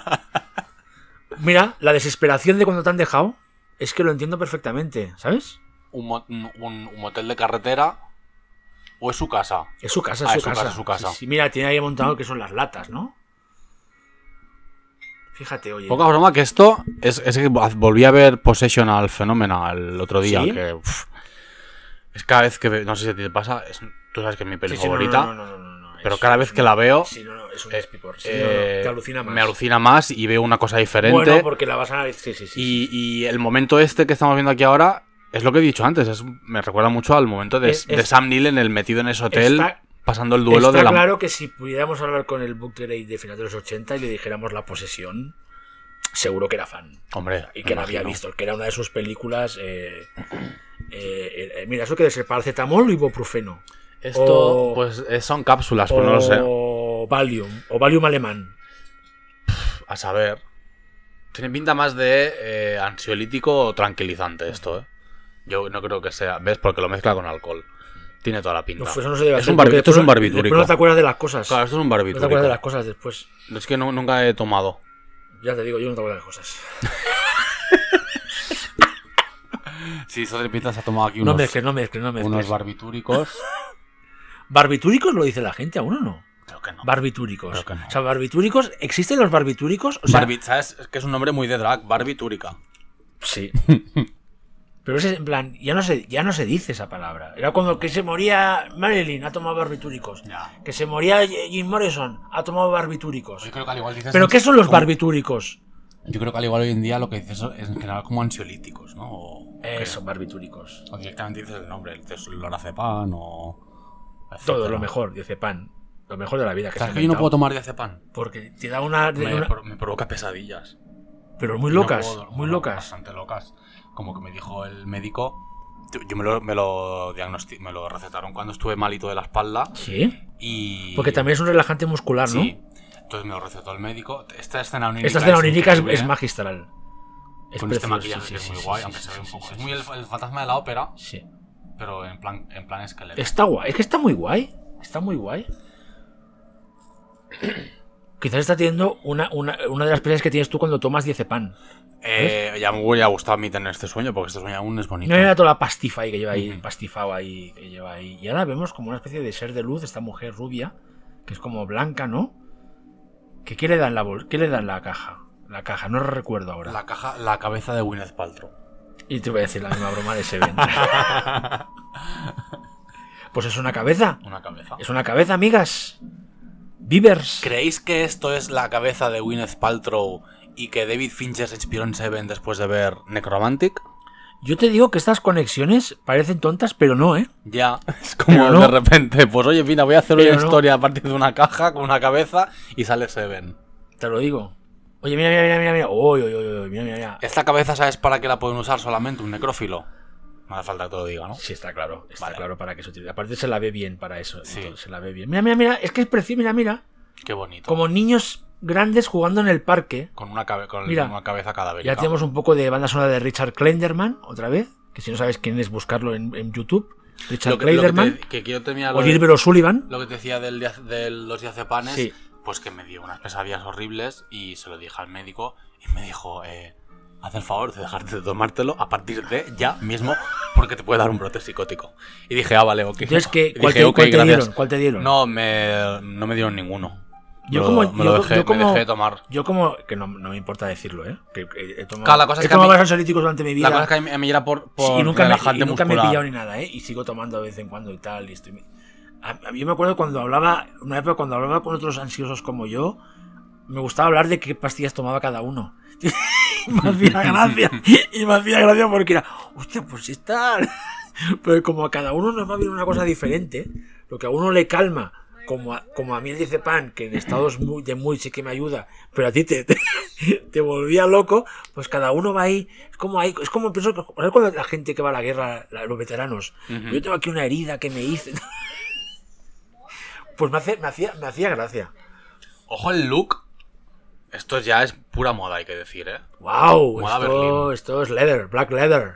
A: Mira, la desesperación de cuando te han dejado es que lo entiendo perfectamente, ¿sabes?
B: Un motel de carretera o es su casa.
A: Es su casa, es
B: su casa.
A: Sí, mira, tiene ahí montado que son las latas, ¿no? Fíjate, oye.
B: Poca broma que esto es que volví a ver Possessional Phenomena el otro día. ¿Sí? Que es cada vez que no sé si te pasa. Tú sabes que es mi peli favorita. No. Pero cada vez que la veo.
A: Sí, es un despipor. Sí, te alucina más.
B: Me alucina más y veo una cosa diferente.
A: Bueno, porque la vas a analizar. Sí.
B: Y el momento que estamos viendo aquí ahora es lo que he dicho antes. Me recuerda mucho al momento de Sam Neill metido en ese hotel. Pasando el duelo de la...
A: Está claro que si pudiéramos hablar con el Butler de finales de los 80 y le dijéramos La Posesión, seguro que era fan.
B: Hombre,
A: y que la había visto, que era una de sus películas. Mira, eso que es paracetamol o ibuprofeno.
B: Esto, pues son cápsulas, pues no lo sé.
A: O Valium alemán.
B: A saber. Tiene pinta más de ansiolítico o tranquilizante esto, ¿eh? Yo no creo que sea. ¿Ves? Porque lo mezcla con alcohol. Tiene toda la pinta.
A: No, eso no se debe hacer,
B: esto es un barbitúrico.
A: Después no te acuerdas de las cosas.
B: Claro, esto es un barbitúrico.
A: No te acuerdas de las cosas después.
B: Es que nunca he tomado.
A: Ya te digo, yo no te acuerdo de las cosas.
B: Sí, eso de pinta se ha tomado aquí
A: no mezcles.
B: Unos barbitúricos.
A: ¿Barbitúricos lo dice la gente aún o no?
B: Creo que no.
A: Barbitúricos.
B: Creo que no.
A: O sea, barbitúricos. ¿Existen los barbitúricos? O sea,
B: ¿sabes? Es que es un nombre muy de drag. Barbitúrica.
A: Sí. Pero ese, en plan, ya no se dice esa palabra. Era cuando que se moría Marilyn, ha tomado barbitúricos.
B: Ya.
A: Que se moría Jim Morrison, ha tomado barbitúricos.
B: Yo creo que al igual dices...
A: ¿Pero qué son los barbitúricos?
B: Yo creo que al igual hoy en día lo que dices es en general como ansiolíticos, ¿no?
A: Son barbitúricos.
B: O directamente dices el nombre, el lorazepam o...
A: Todo lo mejor, diazepam. Lo mejor de la vida.
B: ¿Sabes que yo no puedo tomar diazepam?
A: Porque te da una...
B: Me provoca pesadillas.
A: Pero muy locas,
B: no
A: muy locas.
B: Bastante locas. Como que me dijo el médico, yo me lo recetaron cuando estuve malito de la espalda.
A: ¿Sí?
B: Y...
A: Porque también es un relajante muscular, ¿no?
B: Sí. Entonces me lo recetó el médico. Esta escena
A: onírica es magistral.
B: Es con este maquillaje que es muy guay, aunque se ve un poco. Es muy el fantasma de la ópera.
A: Sí.
B: Pero en plan esqueleto.
A: Está guay, es que está muy guay. Está muy guay. Quizás está teniendo una de las peleas que tienes tú cuando tomas diazepam.
B: Ya me hubiera gustado a mí tener este sueño, porque este sueño aún es bonito.
A: No era toda la pastifa ahí que lleva ahí, pastifao ahí que lleva ahí. Y ahora vemos como una especie de ser de luz, esta mujer rubia, que es como blanca, ¿no? ¿Qué le dan la caja? La caja, no lo recuerdo ahora.
B: La cabeza de Gwyneth Paltrow.
A: Y te voy a decir la misma broma de Seven. Pues es una cabeza.
B: Una cabeza.
A: Es una cabeza, amigas. Beavers.
B: ¿Creéis que esto es la cabeza de Gwyneth Paltrow y que David Fincher se inspiró en Seven después de ver Necromantic?
A: Yo te digo que estas conexiones parecen tontas, pero no, ¿eh?
B: Ya, es como de repente, pues oye, mira, voy a hacer una historia a partir de una caja con una cabeza y sale Seven.
A: Te lo digo. Oye, mira. Oye, mira.
B: ¿Esta cabeza sabes para qué la pueden usar solamente un necrófilo? No hace falta que te lo diga, ¿no?
A: Sí, está claro. Claro para que se utilice. Aparte se la ve bien para eso.
B: Sí.
A: Entonces, se la ve bien. Mira. Es que es precioso, mira.
B: Qué bonito.
A: Como niños grandes jugando en el parque.
B: Con una cabeza cadavérica.
A: Ya tenemos un poco de banda sonora de Richard Clayderman, otra vez. Que si no sabes quién es, buscarlo en YouTube. Richard Clayderman. O Gilbert O'Sullivan.
B: Lo que te decía de los diazepanes.
A: Sí.
B: Pues que me dio unas pesadillas horribles y se lo dije al médico y me dijo, haz el favor de dejarte de tomártelo a partir de ya mismo porque te puede dar un brote psicótico. Y dije, vale, ok.
A: Entonces, ¿cuál te dieron?
B: No me dieron ninguno.
A: Me dejé
B: de tomar.
A: Yo como... Que no me importa decirlo, ¿eh? Que he tomado,
B: claro, la cosa es que
A: varios ansiolíticos durante mi vida.
B: La cosa es que a mí era por
A: y nunca
B: relajante
A: nunca me he
B: muscular.
A: pillado ni nada, ¿eh? Y sigo tomando de vez en cuando y tal. Y estoy... Yo me acuerdo cuando hablaba con otros ansiosos como yo, me gustaba hablar de qué pastillas tomaba cada uno. Y me hacía gracia porque era, hostia, pues sí está. Pero como a cada uno nos va a venir una cosa diferente, lo que a uno le calma como a mí el diazepam, que en estados de muy sí que me ayuda, pero a ti te volvía loco, pues cada uno va ahí, es como pienso, ¿sabes cuando la gente que va a la guerra, los veteranos?
B: Ujú.
A: Yo tengo aquí una herida que me hice. Pues me hacía gracia.
B: Ojo el look. Esto ya es pura moda, hay que decir, ¿eh?
A: ¡Wow!
B: Moda Berlín.
A: Esto es leather, black leather.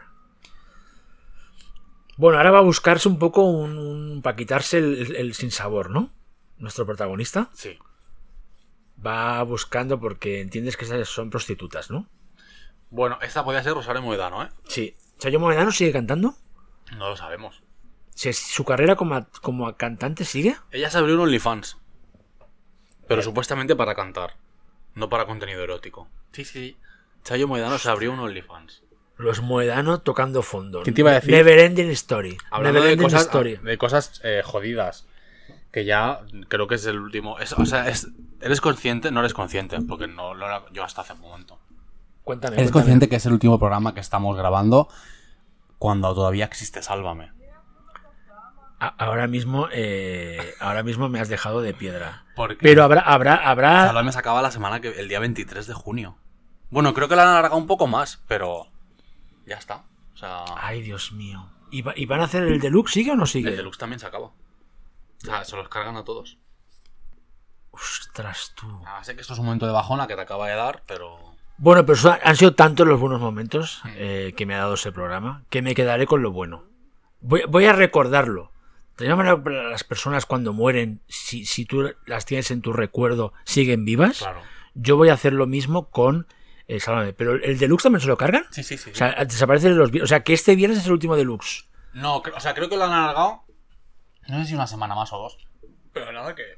A: Bueno, ahora va a buscarse un poco para quitarse el sinsabor, ¿no? Nuestro protagonista
B: Sí.
A: va buscando porque entiendes que esas son prostitutas, ¿no?
B: Bueno, esta podría ser Rosario Moedano, ¿eh?
A: Sí. ¿Chayo Moedano sigue cantando?
B: No lo sabemos.
A: ¿Su carrera como cantante sigue?
B: Ella se abrió un OnlyFans. Pero supuestamente para cantar. No para contenido erótico. Sí. Chayo Moedano se abrió un OnlyFans.
A: Los Moedano tocando fondo.
B: ¿Quién te iba a decir?
A: Neverending Story.
B: Hablando
A: Neverending
B: de
A: Story.
B: cosas jodidas. Que ya creo que es el último. ¿Eres consciente? No eres consciente. Porque no lo era yo hasta hace un momento.
A: Cuéntame.
B: ¿Eres consciente que es el último programa que estamos grabando cuando todavía existe Sálvame?
A: Ahora mismo me has dejado de piedra.
B: ¿Por qué?
A: Pero habrá.
B: Sálvame se acaba el día 23 de junio. Bueno, creo que la han alargado un poco más, pero ya está. O sea,
A: Ay, Dios mío. ¿Y van a hacer el deluxe? ¿Sigue o no sigue?
B: el deluxe también se acaba. O sea, se los cargan a todos.
A: Ostras, tú.
B: Sé que esto es un momento de bajona que te acaba de dar, pero...
A: Bueno, pero han sido tantos los buenos momentos que me ha dado ese programa que me quedaré con lo bueno. Voy a recordarlo. De alguna manera, las personas cuando mueren, si tú las tienes en tu recuerdo, siguen vivas.
B: Claro.
A: Yo voy a hacer lo mismo con Sálvame. ¿Pero el deluxe también se lo cargan?
B: Sí.
A: O sea, desaparecen los viernes. O sea, que este viernes es el último deluxe.
B: No, creo que lo han alargado. No sé si una semana más o dos. Pero nada, que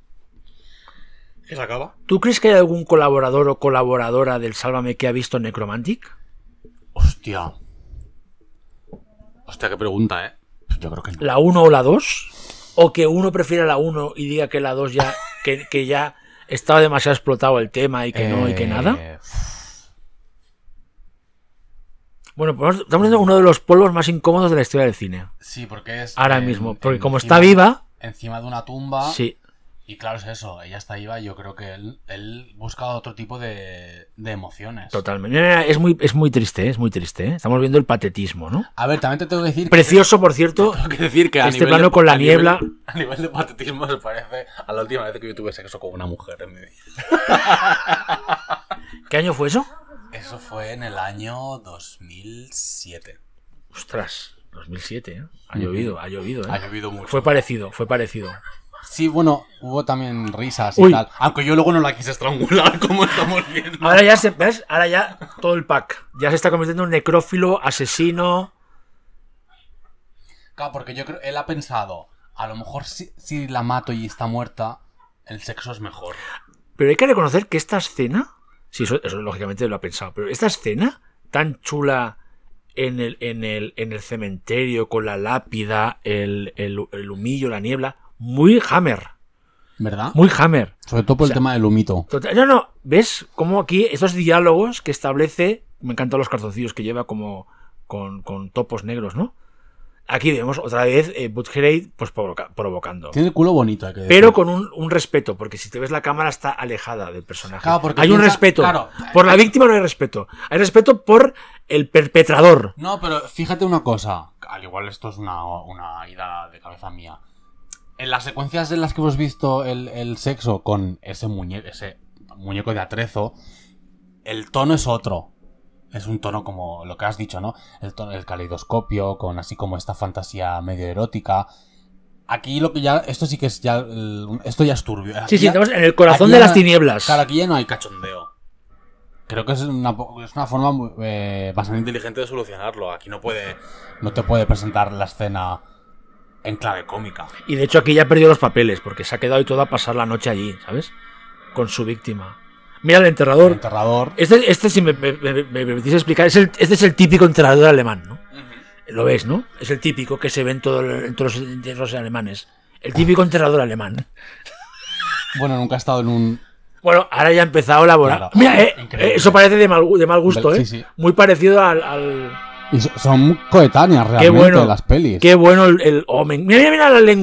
B: se acaba.
A: ¿Tú crees que hay algún colaborador o colaboradora del Sálvame que ha visto Necromantic?
B: Hostia, qué pregunta, ¿eh? Yo creo que no.
A: ¿La 1 o la 2? ¿O que uno prefiera la 1 y diga que la 2 ya que ya estaba demasiado explotado el tema y que no y que nada? Bueno, pues estamos viendo uno de los polvos más incómodos de la historia del cine.
B: Sí, porque es...
A: Ahora mismo. Porque como está viva...
B: Encima de una tumba...
A: Sí.
B: Y claro, es eso. Ella está viva y yo creo que él busca otro tipo de emociones.
A: Totalmente. Mira, es muy triste, es muy triste. Estamos viendo el patetismo, ¿no?
B: A ver, también te tengo que decir...
A: Precioso, por cierto.
B: Tengo que decir que a
A: este
B: nivel
A: plano con la niebla...
B: A nivel de patetismo se parece a la última vez que yo tuve sexo con una mujer en mi vida.
A: ¿Qué año fue eso?
B: Eso fue en el año 2007.
A: Ostras, 2007, ¿eh? Ha llovido,
B: Ha llovido mucho.
A: Fue parecido.
B: Sí, bueno, hubo también risas
A: Uy.
B: y tal. Aunque yo luego no la quise estrangular, como estamos viendo.
A: Ahora ya ¿ves? Ahora ya todo el pack. Ya se está convirtiendo en necrófilo, asesino.
B: Claro, porque yo creo, él ha pensado, a lo mejor si la mato y está muerta, el sexo es mejor.
A: Pero hay que reconocer que esta escena, sí, eso lógicamente lo ha pensado, pero esta escena tan chula en el cementerio con la lápida, el humillo, la niebla, muy Hammer.
B: ¿Verdad?
A: Muy Hammer.
B: Sobre todo por el tema del humito.
A: No, ¿ves cómo aquí estos diálogos que establece, me encantan los cartoncillos que lleva como con topos negros, ¿no? Aquí vemos otra vez Butcherade pues provocando.
B: Tiene el culo bonito, hay que decir.
A: Pero con un respeto, porque si te ves la cámara está alejada del personaje.
B: Claro, porque
A: hay un respeto.
B: Claro.
A: Por la víctima no hay respeto. Hay respeto por el perpetrador.
B: No, pero fíjate una cosa. Al igual esto es una ida de cabeza mía. En las secuencias en las que hemos visto el sexo con ese muñeco de atrezo, el tono es otro. Es un tono como lo que has dicho, ¿no? El caleidoscopio, con así como esta fantasía medio erótica. Aquí lo que ya... Esto sí que es ya... esto ya es turbio.
A: Sí,
B: ya,
A: estamos en el corazón
B: ya,
A: de las tinieblas.
B: Claro, aquí ya no hay cachondeo. Creo que es una forma bastante inteligente de solucionarlo. Aquí no te puede presentar la escena en clave cómica.
A: Y de hecho aquí ya ha perdido los papeles, porque se ha quedado y todo a pasar la noche allí, ¿sabes? Con su víctima. Mira el enterrador.
B: El enterrador.
A: Este si me permitís explicar, este es el típico enterrador alemán, ¿no? Lo ves, ¿no? Es el típico que se ve en todos los entierros alemanes. El típico enterrador alemán.
B: Bueno, nunca he estado en un...
A: Bueno, ahora ya ha empezado a elaborar.
B: Claro.
A: Mira,
B: Increíble.
A: eso parece de mal gusto, ¿eh?
B: Sí, sí.
A: Muy parecido al...
B: Y son coetáneas realmente
A: Qué bueno,
B: las pelis.
A: Qué bueno el Omen. Mira la lengua.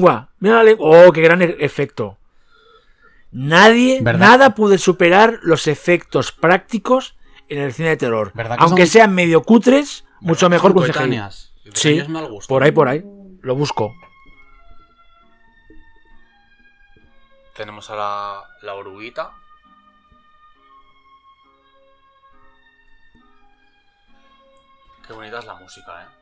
A: Mira la lengua. ¡Oh, qué gran efecto!
B: ¿Verdad?
A: Nada puede superar los efectos prácticos en el cine de terror.
B: ¿Verdad que
A: Aunque
B: son-
A: sean medio cutres, mucho mejor que un CGI.
B: coetáneas? Y de
A: Sí,
B: ellos mal gusto.
A: por ahí. Lo busco.
B: Tenemos a la oruguita. Qué bonita es la música, ¿eh?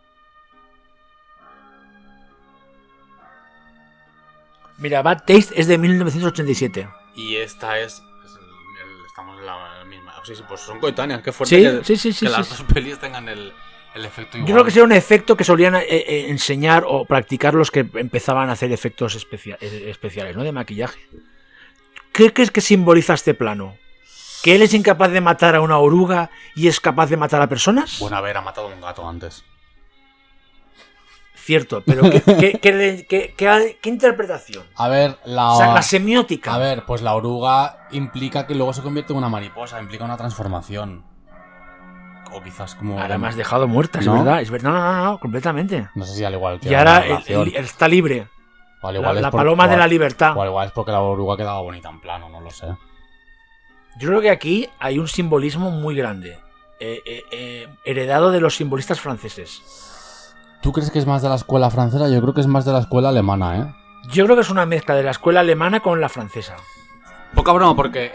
A: Mira, Bad Taste es de 1987.
B: Y esta estamos en la misma. Sí, pues son coetáneas. Qué fuerte
A: Sí,
B: que las
A: sí.
B: dos pelis tengan el efecto igual.
A: Yo creo que sería un efecto que solían enseñar o practicar los que empezaban a hacer efectos especiales, ¿no? De maquillaje. ¿Qué crees que simboliza este plano? ¿Que él es incapaz de matar a una oruga y es capaz de matar a personas?
B: Bueno, a ver, ha matado a un gato antes.
A: Cierto, pero ¿qué interpretación?
B: A ver,
A: O sea, la semiótica.
B: A ver, pues la oruga implica que luego se convierte en una mariposa, implica una transformación. O quizás como...
A: Ahora me has dejado muerta,
B: ¿No?
A: es verdad. No, completamente.
B: No sé si al igual que
A: Y ahora está libre.
B: O al igual
A: La
B: es por-
A: paloma
B: o
A: de
B: al-
A: la libertad.
B: O al igual es porque la oruga quedaba bonita en plano, no lo sé.
A: Yo creo que aquí hay un simbolismo muy grande. Heredado de los simbolistas franceses.
B: ¿Tú crees que es más de la escuela francesa? Yo creo que es más de la escuela alemana, ¿eh?
A: Yo creo que es una mezcla de la escuela alemana con la francesa.
B: Poca broma, porque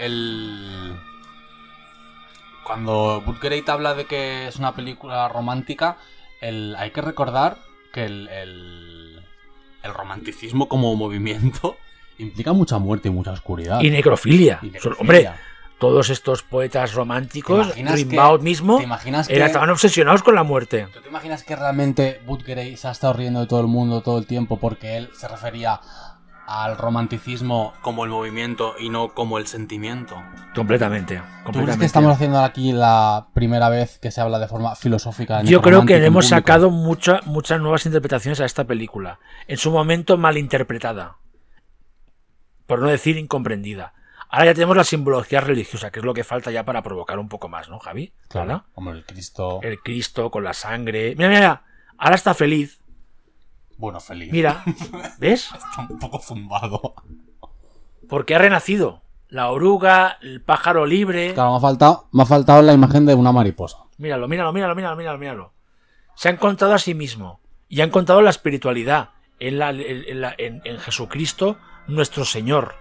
B: cuando Butgereit habla de que es una película romántica, hay que recordar que el romanticismo como movimiento implica mucha muerte y mucha oscuridad.
A: Y necrofilia.
B: Y necrofilia.
A: Hombre, todos estos poetas románticos,
B: ¿Te imaginas
A: Rimbaud
B: que-
A: mismo,
B: te imaginas que-
A: estaban obsesionados con la muerte.
B: ¿Tú te imaginas que realmente Butgereit se ha estado riendo de todo el mundo todo el tiempo porque él se refería al romanticismo como el movimiento y no como el sentimiento?
A: Completamente.
B: ¿Tú crees que estamos haciendo aquí la primera vez que se habla de forma filosófica?
A: Yo creo que
B: necromántica
A: le
B: en
A: hemos
B: público?
A: sacado muchas nuevas interpretaciones a esta película. En su momento malinterpretada. Por no decir incomprendida. Ahora ya tenemos la simbología religiosa, que es lo que falta ya para provocar un poco más, ¿no, Javi?
B: Claro,
A: ¿Verdad?
B: como el Cristo.
A: El Cristo con la sangre. Mira. Ahora está feliz.
B: Bueno, feliz.
A: Mira. ¿Ves?
B: Está un poco zumbado.
A: Porque ha renacido. La oruga, el pájaro libre.
B: Claro, me ha faltado la imagen de una mariposa.
A: Míralo. Se ha encontrado a sí mismo. Y ha encontrado la espiritualidad en Jesucristo, nuestro Señor.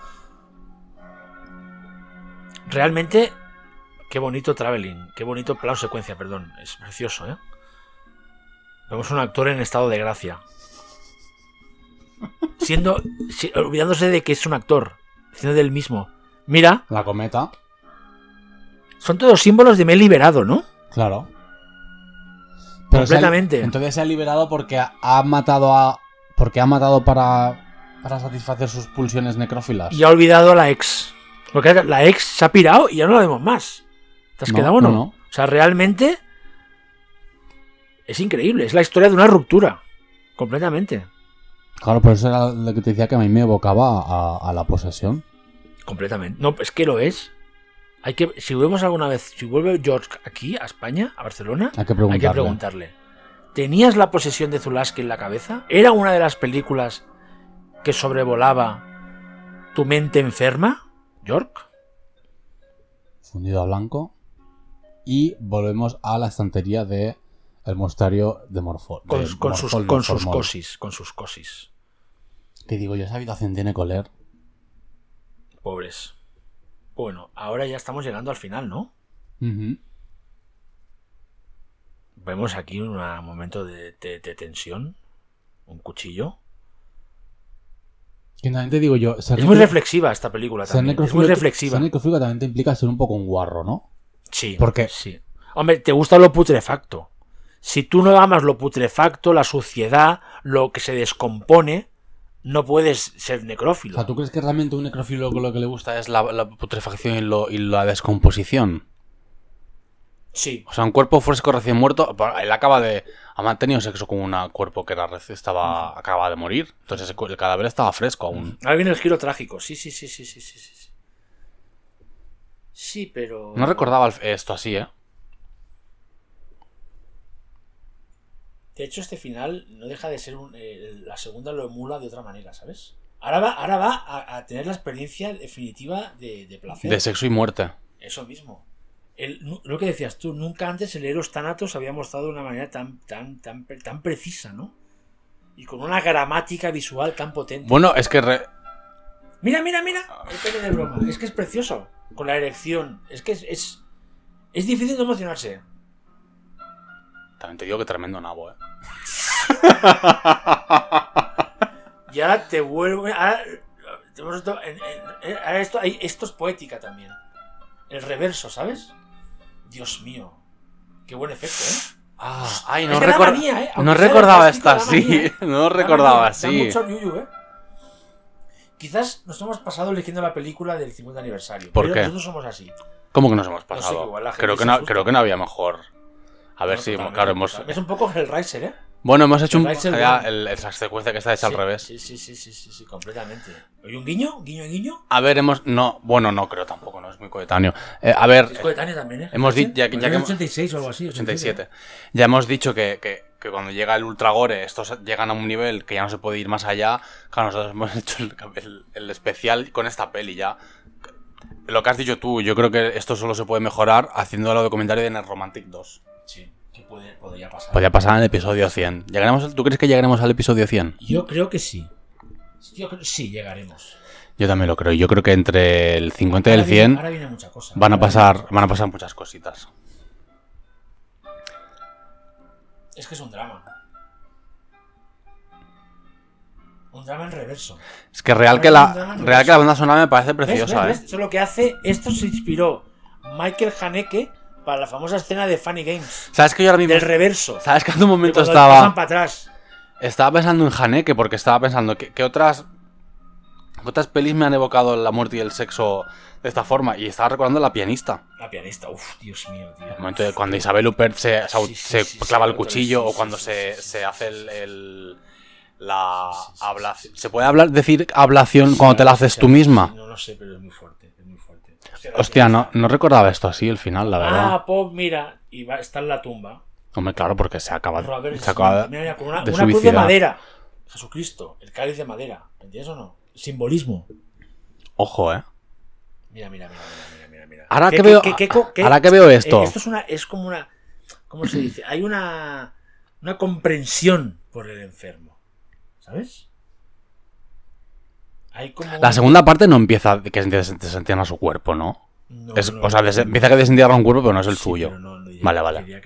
A: Realmente, qué bonito traveling, qué bonito plano secuencia, perdón. Es precioso, ¿eh? Vemos un actor en estado de gracia. Olvidándose de que es un actor, siendo del mismo. Mira,
B: La cometa.
A: son todos símbolos de me he liberado, ¿no?
B: Claro.
A: Completamente.
B: Entonces se ha liberado porque ha matado para satisfacer sus pulsiones necrófilas.
A: Y ha olvidado a la ex. Porque la ex se ha pirado y ya no la vemos más. ¿Te has quedado o no?
B: No.
A: O sea, realmente es increíble. Es la historia de una ruptura. Completamente.
B: Claro, por eso era lo que te decía que a mí me evocaba a la posesión.
A: Completamente. No, es que lo es. Si volvemos alguna vez, si vuelve George aquí, a España, a Barcelona,
B: Hay que preguntarle.
A: ¿Tenías la posesión de Zulaski en la cabeza? ¿Era una de las películas que sobrevolaba tu mente enferma, York?
B: Fundido a blanco. Y volvemos a la estantería de el monasterio de Morfol.
A: Con sus cosis.
B: Que digo yo, esa habitación tiene que oler.
A: Pobres. Bueno, ahora ya estamos llegando al final, ¿no?
B: Ujú.
A: Vemos aquí un momento de tensión. Un cuchillo.
B: Que también te digo yo,
A: Es muy reflexiva esta película también. Es muy reflexiva.
B: Ser necrofílico también te implica ser un poco un guarro, ¿no?
A: Sí.
B: ¿Por qué?
A: Sí. Hombre, te gusta lo putrefacto. Si tú no amas lo putrefacto, la suciedad, lo que se descompone, no puedes ser
B: O
A: necrófilo.
B: sea, ¿tú crees que realmente un necrófilo lo que le gusta es la putrefacción y la descomposición?
A: Sí.
B: O sea, un cuerpo fresco recién muerto, él ha tenido sexo con un cuerpo que acaba de morir. Entonces el cadáver estaba fresco aún.
A: Ahora viene el giro trágico. Sí. Sí, pero...
B: No recordaba esto así, ¿eh?
A: De hecho, este final no deja de ser la segunda lo emula de otra manera, ¿sabes? Ahora va a tener la experiencia definitiva de placer.
B: De sexo y muerte.
A: Eso mismo. Lo que decías tú, nunca antes el Eros Thanatos había mostrado de una manera tan precisa, ¿no? Y con una gramática visual tan potente.
B: Bueno, es que...
A: Mira, el pene de broma. Es que es precioso. Con la erección. Es que es difícil no emocionarse.
B: También te digo que tremendo nabo,
A: Y ahora te vuelvo... Ahora esto es poética también. El reverso, ¿sabes? Dios mío. Qué buen efecto,
B: Ay,
A: no
B: recordaba esto así. No recordaba así.
A: Da mucho yuyu, Quizás nos hemos pasado eligiendo la película del 50 aniversario.
B: ¿Por
A: pero
B: qué?
A: nosotros somos así.
B: ¿Cómo que nos hemos
A: No sé,
B: pasado?
A: igual la gente
B: creo
A: se asusta.
B: que no había mejor. A ver
A: No,
B: si,
A: totalmente,
B: claro, hemos...
A: totalmente. Es un poco Hellraiser,
B: Bueno, hemos hecho
A: Hellraiser,
B: esa secuencia que está hecha al revés.
A: Sí, completamente. ¿Oye, un guiño? ¿Guiño?
B: A ver, no creo tampoco, no es muy coetáneo. A ver,
A: Es coetáneo también, ¿eh?
B: hemos dicho ya que
A: 86 o algo así.
B: 87. Ya hemos dicho que cuando llega el Ultragore, estos llegan a un nivel que ya no se puede ir más allá. Claro, nosotros hemos hecho el especial con esta peli ya. Lo que has dicho tú, yo creo que esto solo se puede mejorar haciendo el comentario de Necromantic 2.
A: Sí, que podría pasar.
B: Podría pasar en el episodio 100. ¿Tú crees que llegaremos al episodio 100?
A: Yo creo que sí. Sí, llegaremos.
B: Yo también lo creo. Yo creo que entre el 50 y el 100
A: ahora viene mucha cosa.
B: van a pasar muchas cositas.
A: Es que es un drama. Un drama en reverso.
B: Es que real que la banda sonora me parece preciosa,
A: ¿Ves? Eso es lo que hace. Esto se inspiró Michael Haneke para la famosa escena de Funny Games.
B: ¿Sabes que yo ahora mismo...
A: Del reverso.
B: ¿Sabes que hace un momento
A: de cuando pasan para atrás.
B: Estaba pensando en Haneke porque estaba pensando que otras pelis me han evocado la muerte y el sexo de esta forma? Y estaba recordando La pianista.
A: La pianista, Dios mío, tío.
B: El momento de cuando Isabel Huppert se clava el cuchillo o cuando se hace la ablación. ¿Se puede decir ablación cuando te la haces tú misma?
A: No lo sé, pero es muy fuerte.
B: Hostia, no recordaba esto así, el final, la verdad.
A: Pop, mira, y está en la tumba.
B: Hombre, claro, porque se acaba
A: mira, con una
B: de
A: cruz de
B: suicidar.
A: madera. Jesucristo, el cáliz de madera. ¿Me entiendes o no? El simbolismo.
B: Ojo,
A: Mira.
B: Ahora que veo esto.
A: Esto es como una... ¿Cómo se dice? Hay una comprensión por el enfermo. ¿Sabes? Hay como
B: La segunda parte no empieza que desentierran a su cuerpo, ¿no? Empieza que desentierra un cuerpo, pero no es el suyo. Vale.
A: Diría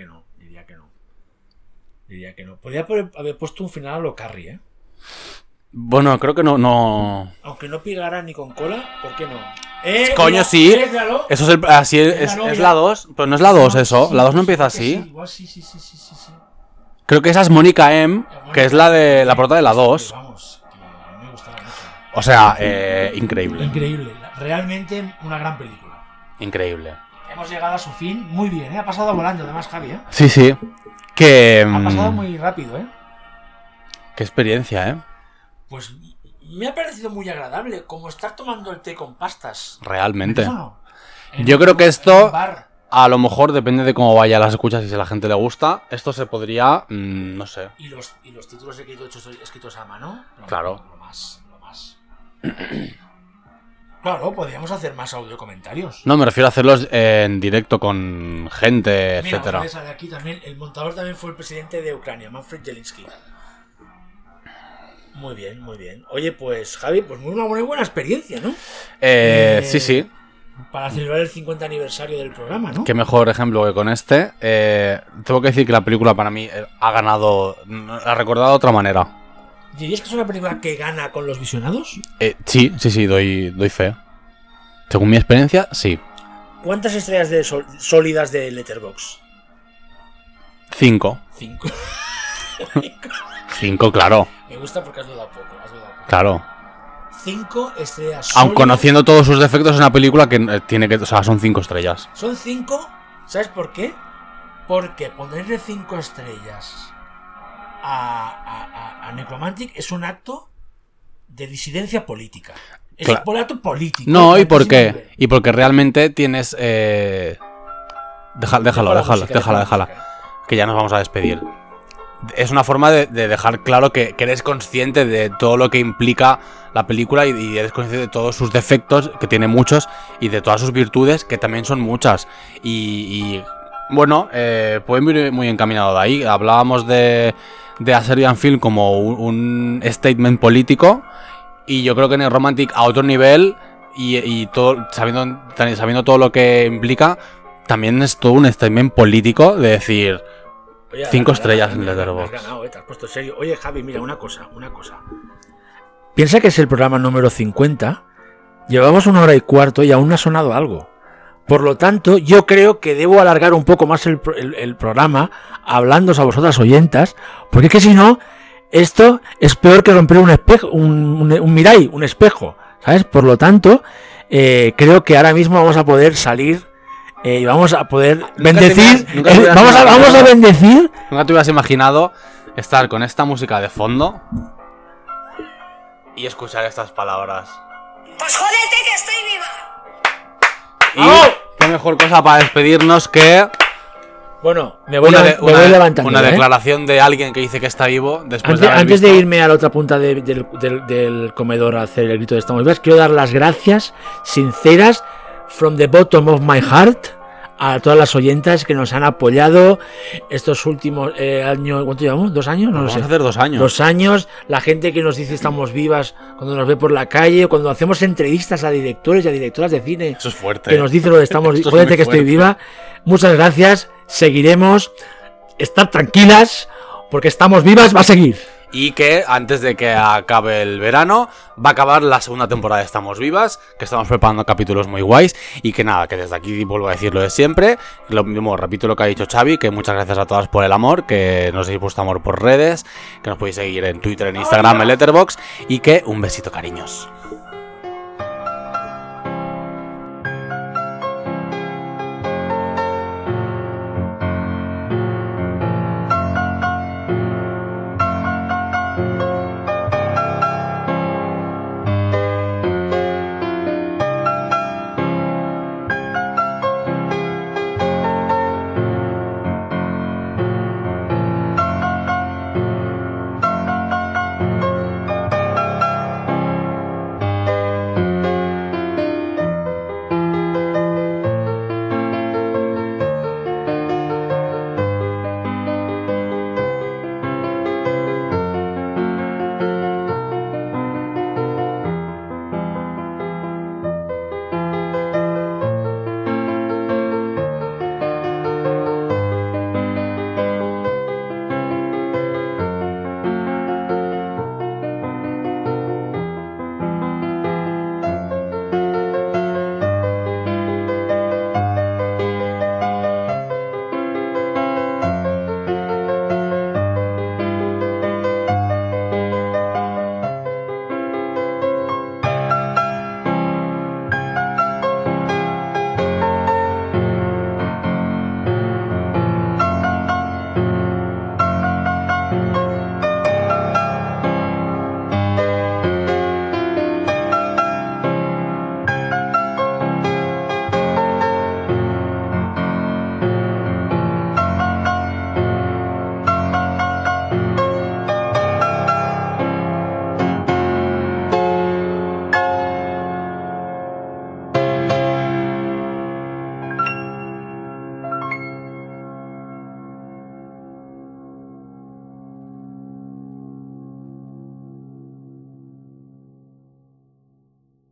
A: que no. Podría haber puesto un final a lo Carrie, ¿eh?
B: Bueno, creo que no.
A: Aunque no pegara ni con cola, ¿por qué no?
B: Coño, sí. Eso es la 2. Pero no es la 2 eso.
A: Sí,
B: la 2 no empieza así.
A: Sí, igual sí.
B: Creo que esa es Mónica M, que es la de la prota de la 2.
A: Vamos, que a mí me gustaba mucho.
B: O sea, increíble.
A: Increíble. Realmente una gran película.
B: Increíble.
A: Hemos llegado a su fin muy bien, ¿eh? Ha pasado volando, además, Javi, ¿eh?
B: Sí.
A: Ha pasado muy rápido, ¿eh?
B: Qué experiencia, ¿eh?
A: Pues me ha parecido muy agradable, como estar tomando el té con pastas.
B: Realmente.
A: ¿Eso no?
B: Yo creo que esto, a lo mejor, depende de cómo vaya las escuchas y si a la gente le gusta, esto se podría, no sé.
A: ¿Y los títulos escritos a mano?
B: Claro.
A: Lo más. Claro, podríamos hacer más audio comentarios.
B: No, me refiero a hacerlos en directo con gente, etcétera.
A: Mira, de aquí también, el montador también fue el presidente de Ucrania, Manfred Zelinsky. Muy bien. Oye, pues Javi, pues una muy buena experiencia, ¿no?
B: Sí.
A: Para celebrar el 50 aniversario del programa, ¿no?
B: Qué mejor ejemplo que con este. Tengo que decir que la película para mí ha ganado, la ha recordado de otra manera.
A: ¿Dirías que es una película que gana con los visionados?
B: Sí, doy fe. Según mi experiencia, sí.
A: ¿Cuántas estrellas sólidas de Letterboxd?
B: 5. 5, claro.
A: Me gusta porque has dudado poco.
B: Claro.
A: 5 estrellas sólidas.
B: Aun conociendo todos sus defectos, es una película que tiene que... O sea, son 5 estrellas.
A: Son 5, ¿sabes por qué? Porque ponerle 5 estrellas a Necromantic es un acto de disidencia política. Es un acto político.
B: No, ¿y por qué? Y porque realmente tienes... Déjala. Que ya nos vamos a despedir. es una forma de dejar claro que eres consciente de todo lo que implica la película y eres consciente de todos sus defectos, que tiene muchos, y de todas sus virtudes, que también son muchas. Y bueno, pueden ir muy encaminado de ahí. Hablábamos de A Serbian Film como un statement político, y yo creo que en el Romantic a otro nivel, y todo, sabiendo todo lo que implica, también es todo un statement político de decir...
A: Oye,
B: 5 estrellas en Letterboxd.
A: Te has ganado, te has puesto serio. Oye, Javi, mira, una cosa. Piensa que es el programa número 50. Llevamos 1 hora y cuarto y aún no ha sonado algo. Por lo tanto, yo creo que debo alargar un poco más el programa hablándoos a vosotras oyentas, porque es que si no, esto es peor que romper un espejo, un Mirai, un espejo, ¿sabes? Por lo tanto, creo que ahora mismo vamos a poder salir y vamos a poder bendecir. Vamos a bendecir.
B: Nunca te hubieras imaginado estar con esta música de fondo y escuchar estas palabras.
C: Pues jódete que estoy viva.
B: Y qué mejor cosa para despedirnos que
A: bueno, me voy levantando.
B: Una declaración de alguien que dice que está vivo después
A: antes de irme a la otra punta del comedor a hacer el grito de estamos vivas, quiero dar las gracias sinceras from the bottom of my heart a todas las oyentas que nos han apoyado estos últimos años. ¿Cuánto llevamos? ¿2 años? No lo sé.
B: Vamos a hacer 2 años.
A: 2 años. La gente que nos dice estamos vivas cuando nos ve por la calle, cuando hacemos entrevistas a directores y a directoras de cine.
B: Eso es fuerte.
A: Que nos dice lo de estamos vivas. Jódete que estoy viva. Muchas gracias. Seguiremos. Estar tranquilas porque estamos vivas. Va a seguir.
B: Y que antes de que acabe el verano va a acabar la segunda temporada de Estamos Vivas, que estamos preparando capítulos muy guays, y que nada, que desde aquí vuelvo a decir lo de siempre, lo mismo, repito lo que ha dicho Xavi, que muchas gracias a todas por el amor, que nos habéis puesto amor por redes, que nos podéis seguir en Twitter, en Instagram, en Letterboxd, y que un besito, cariños.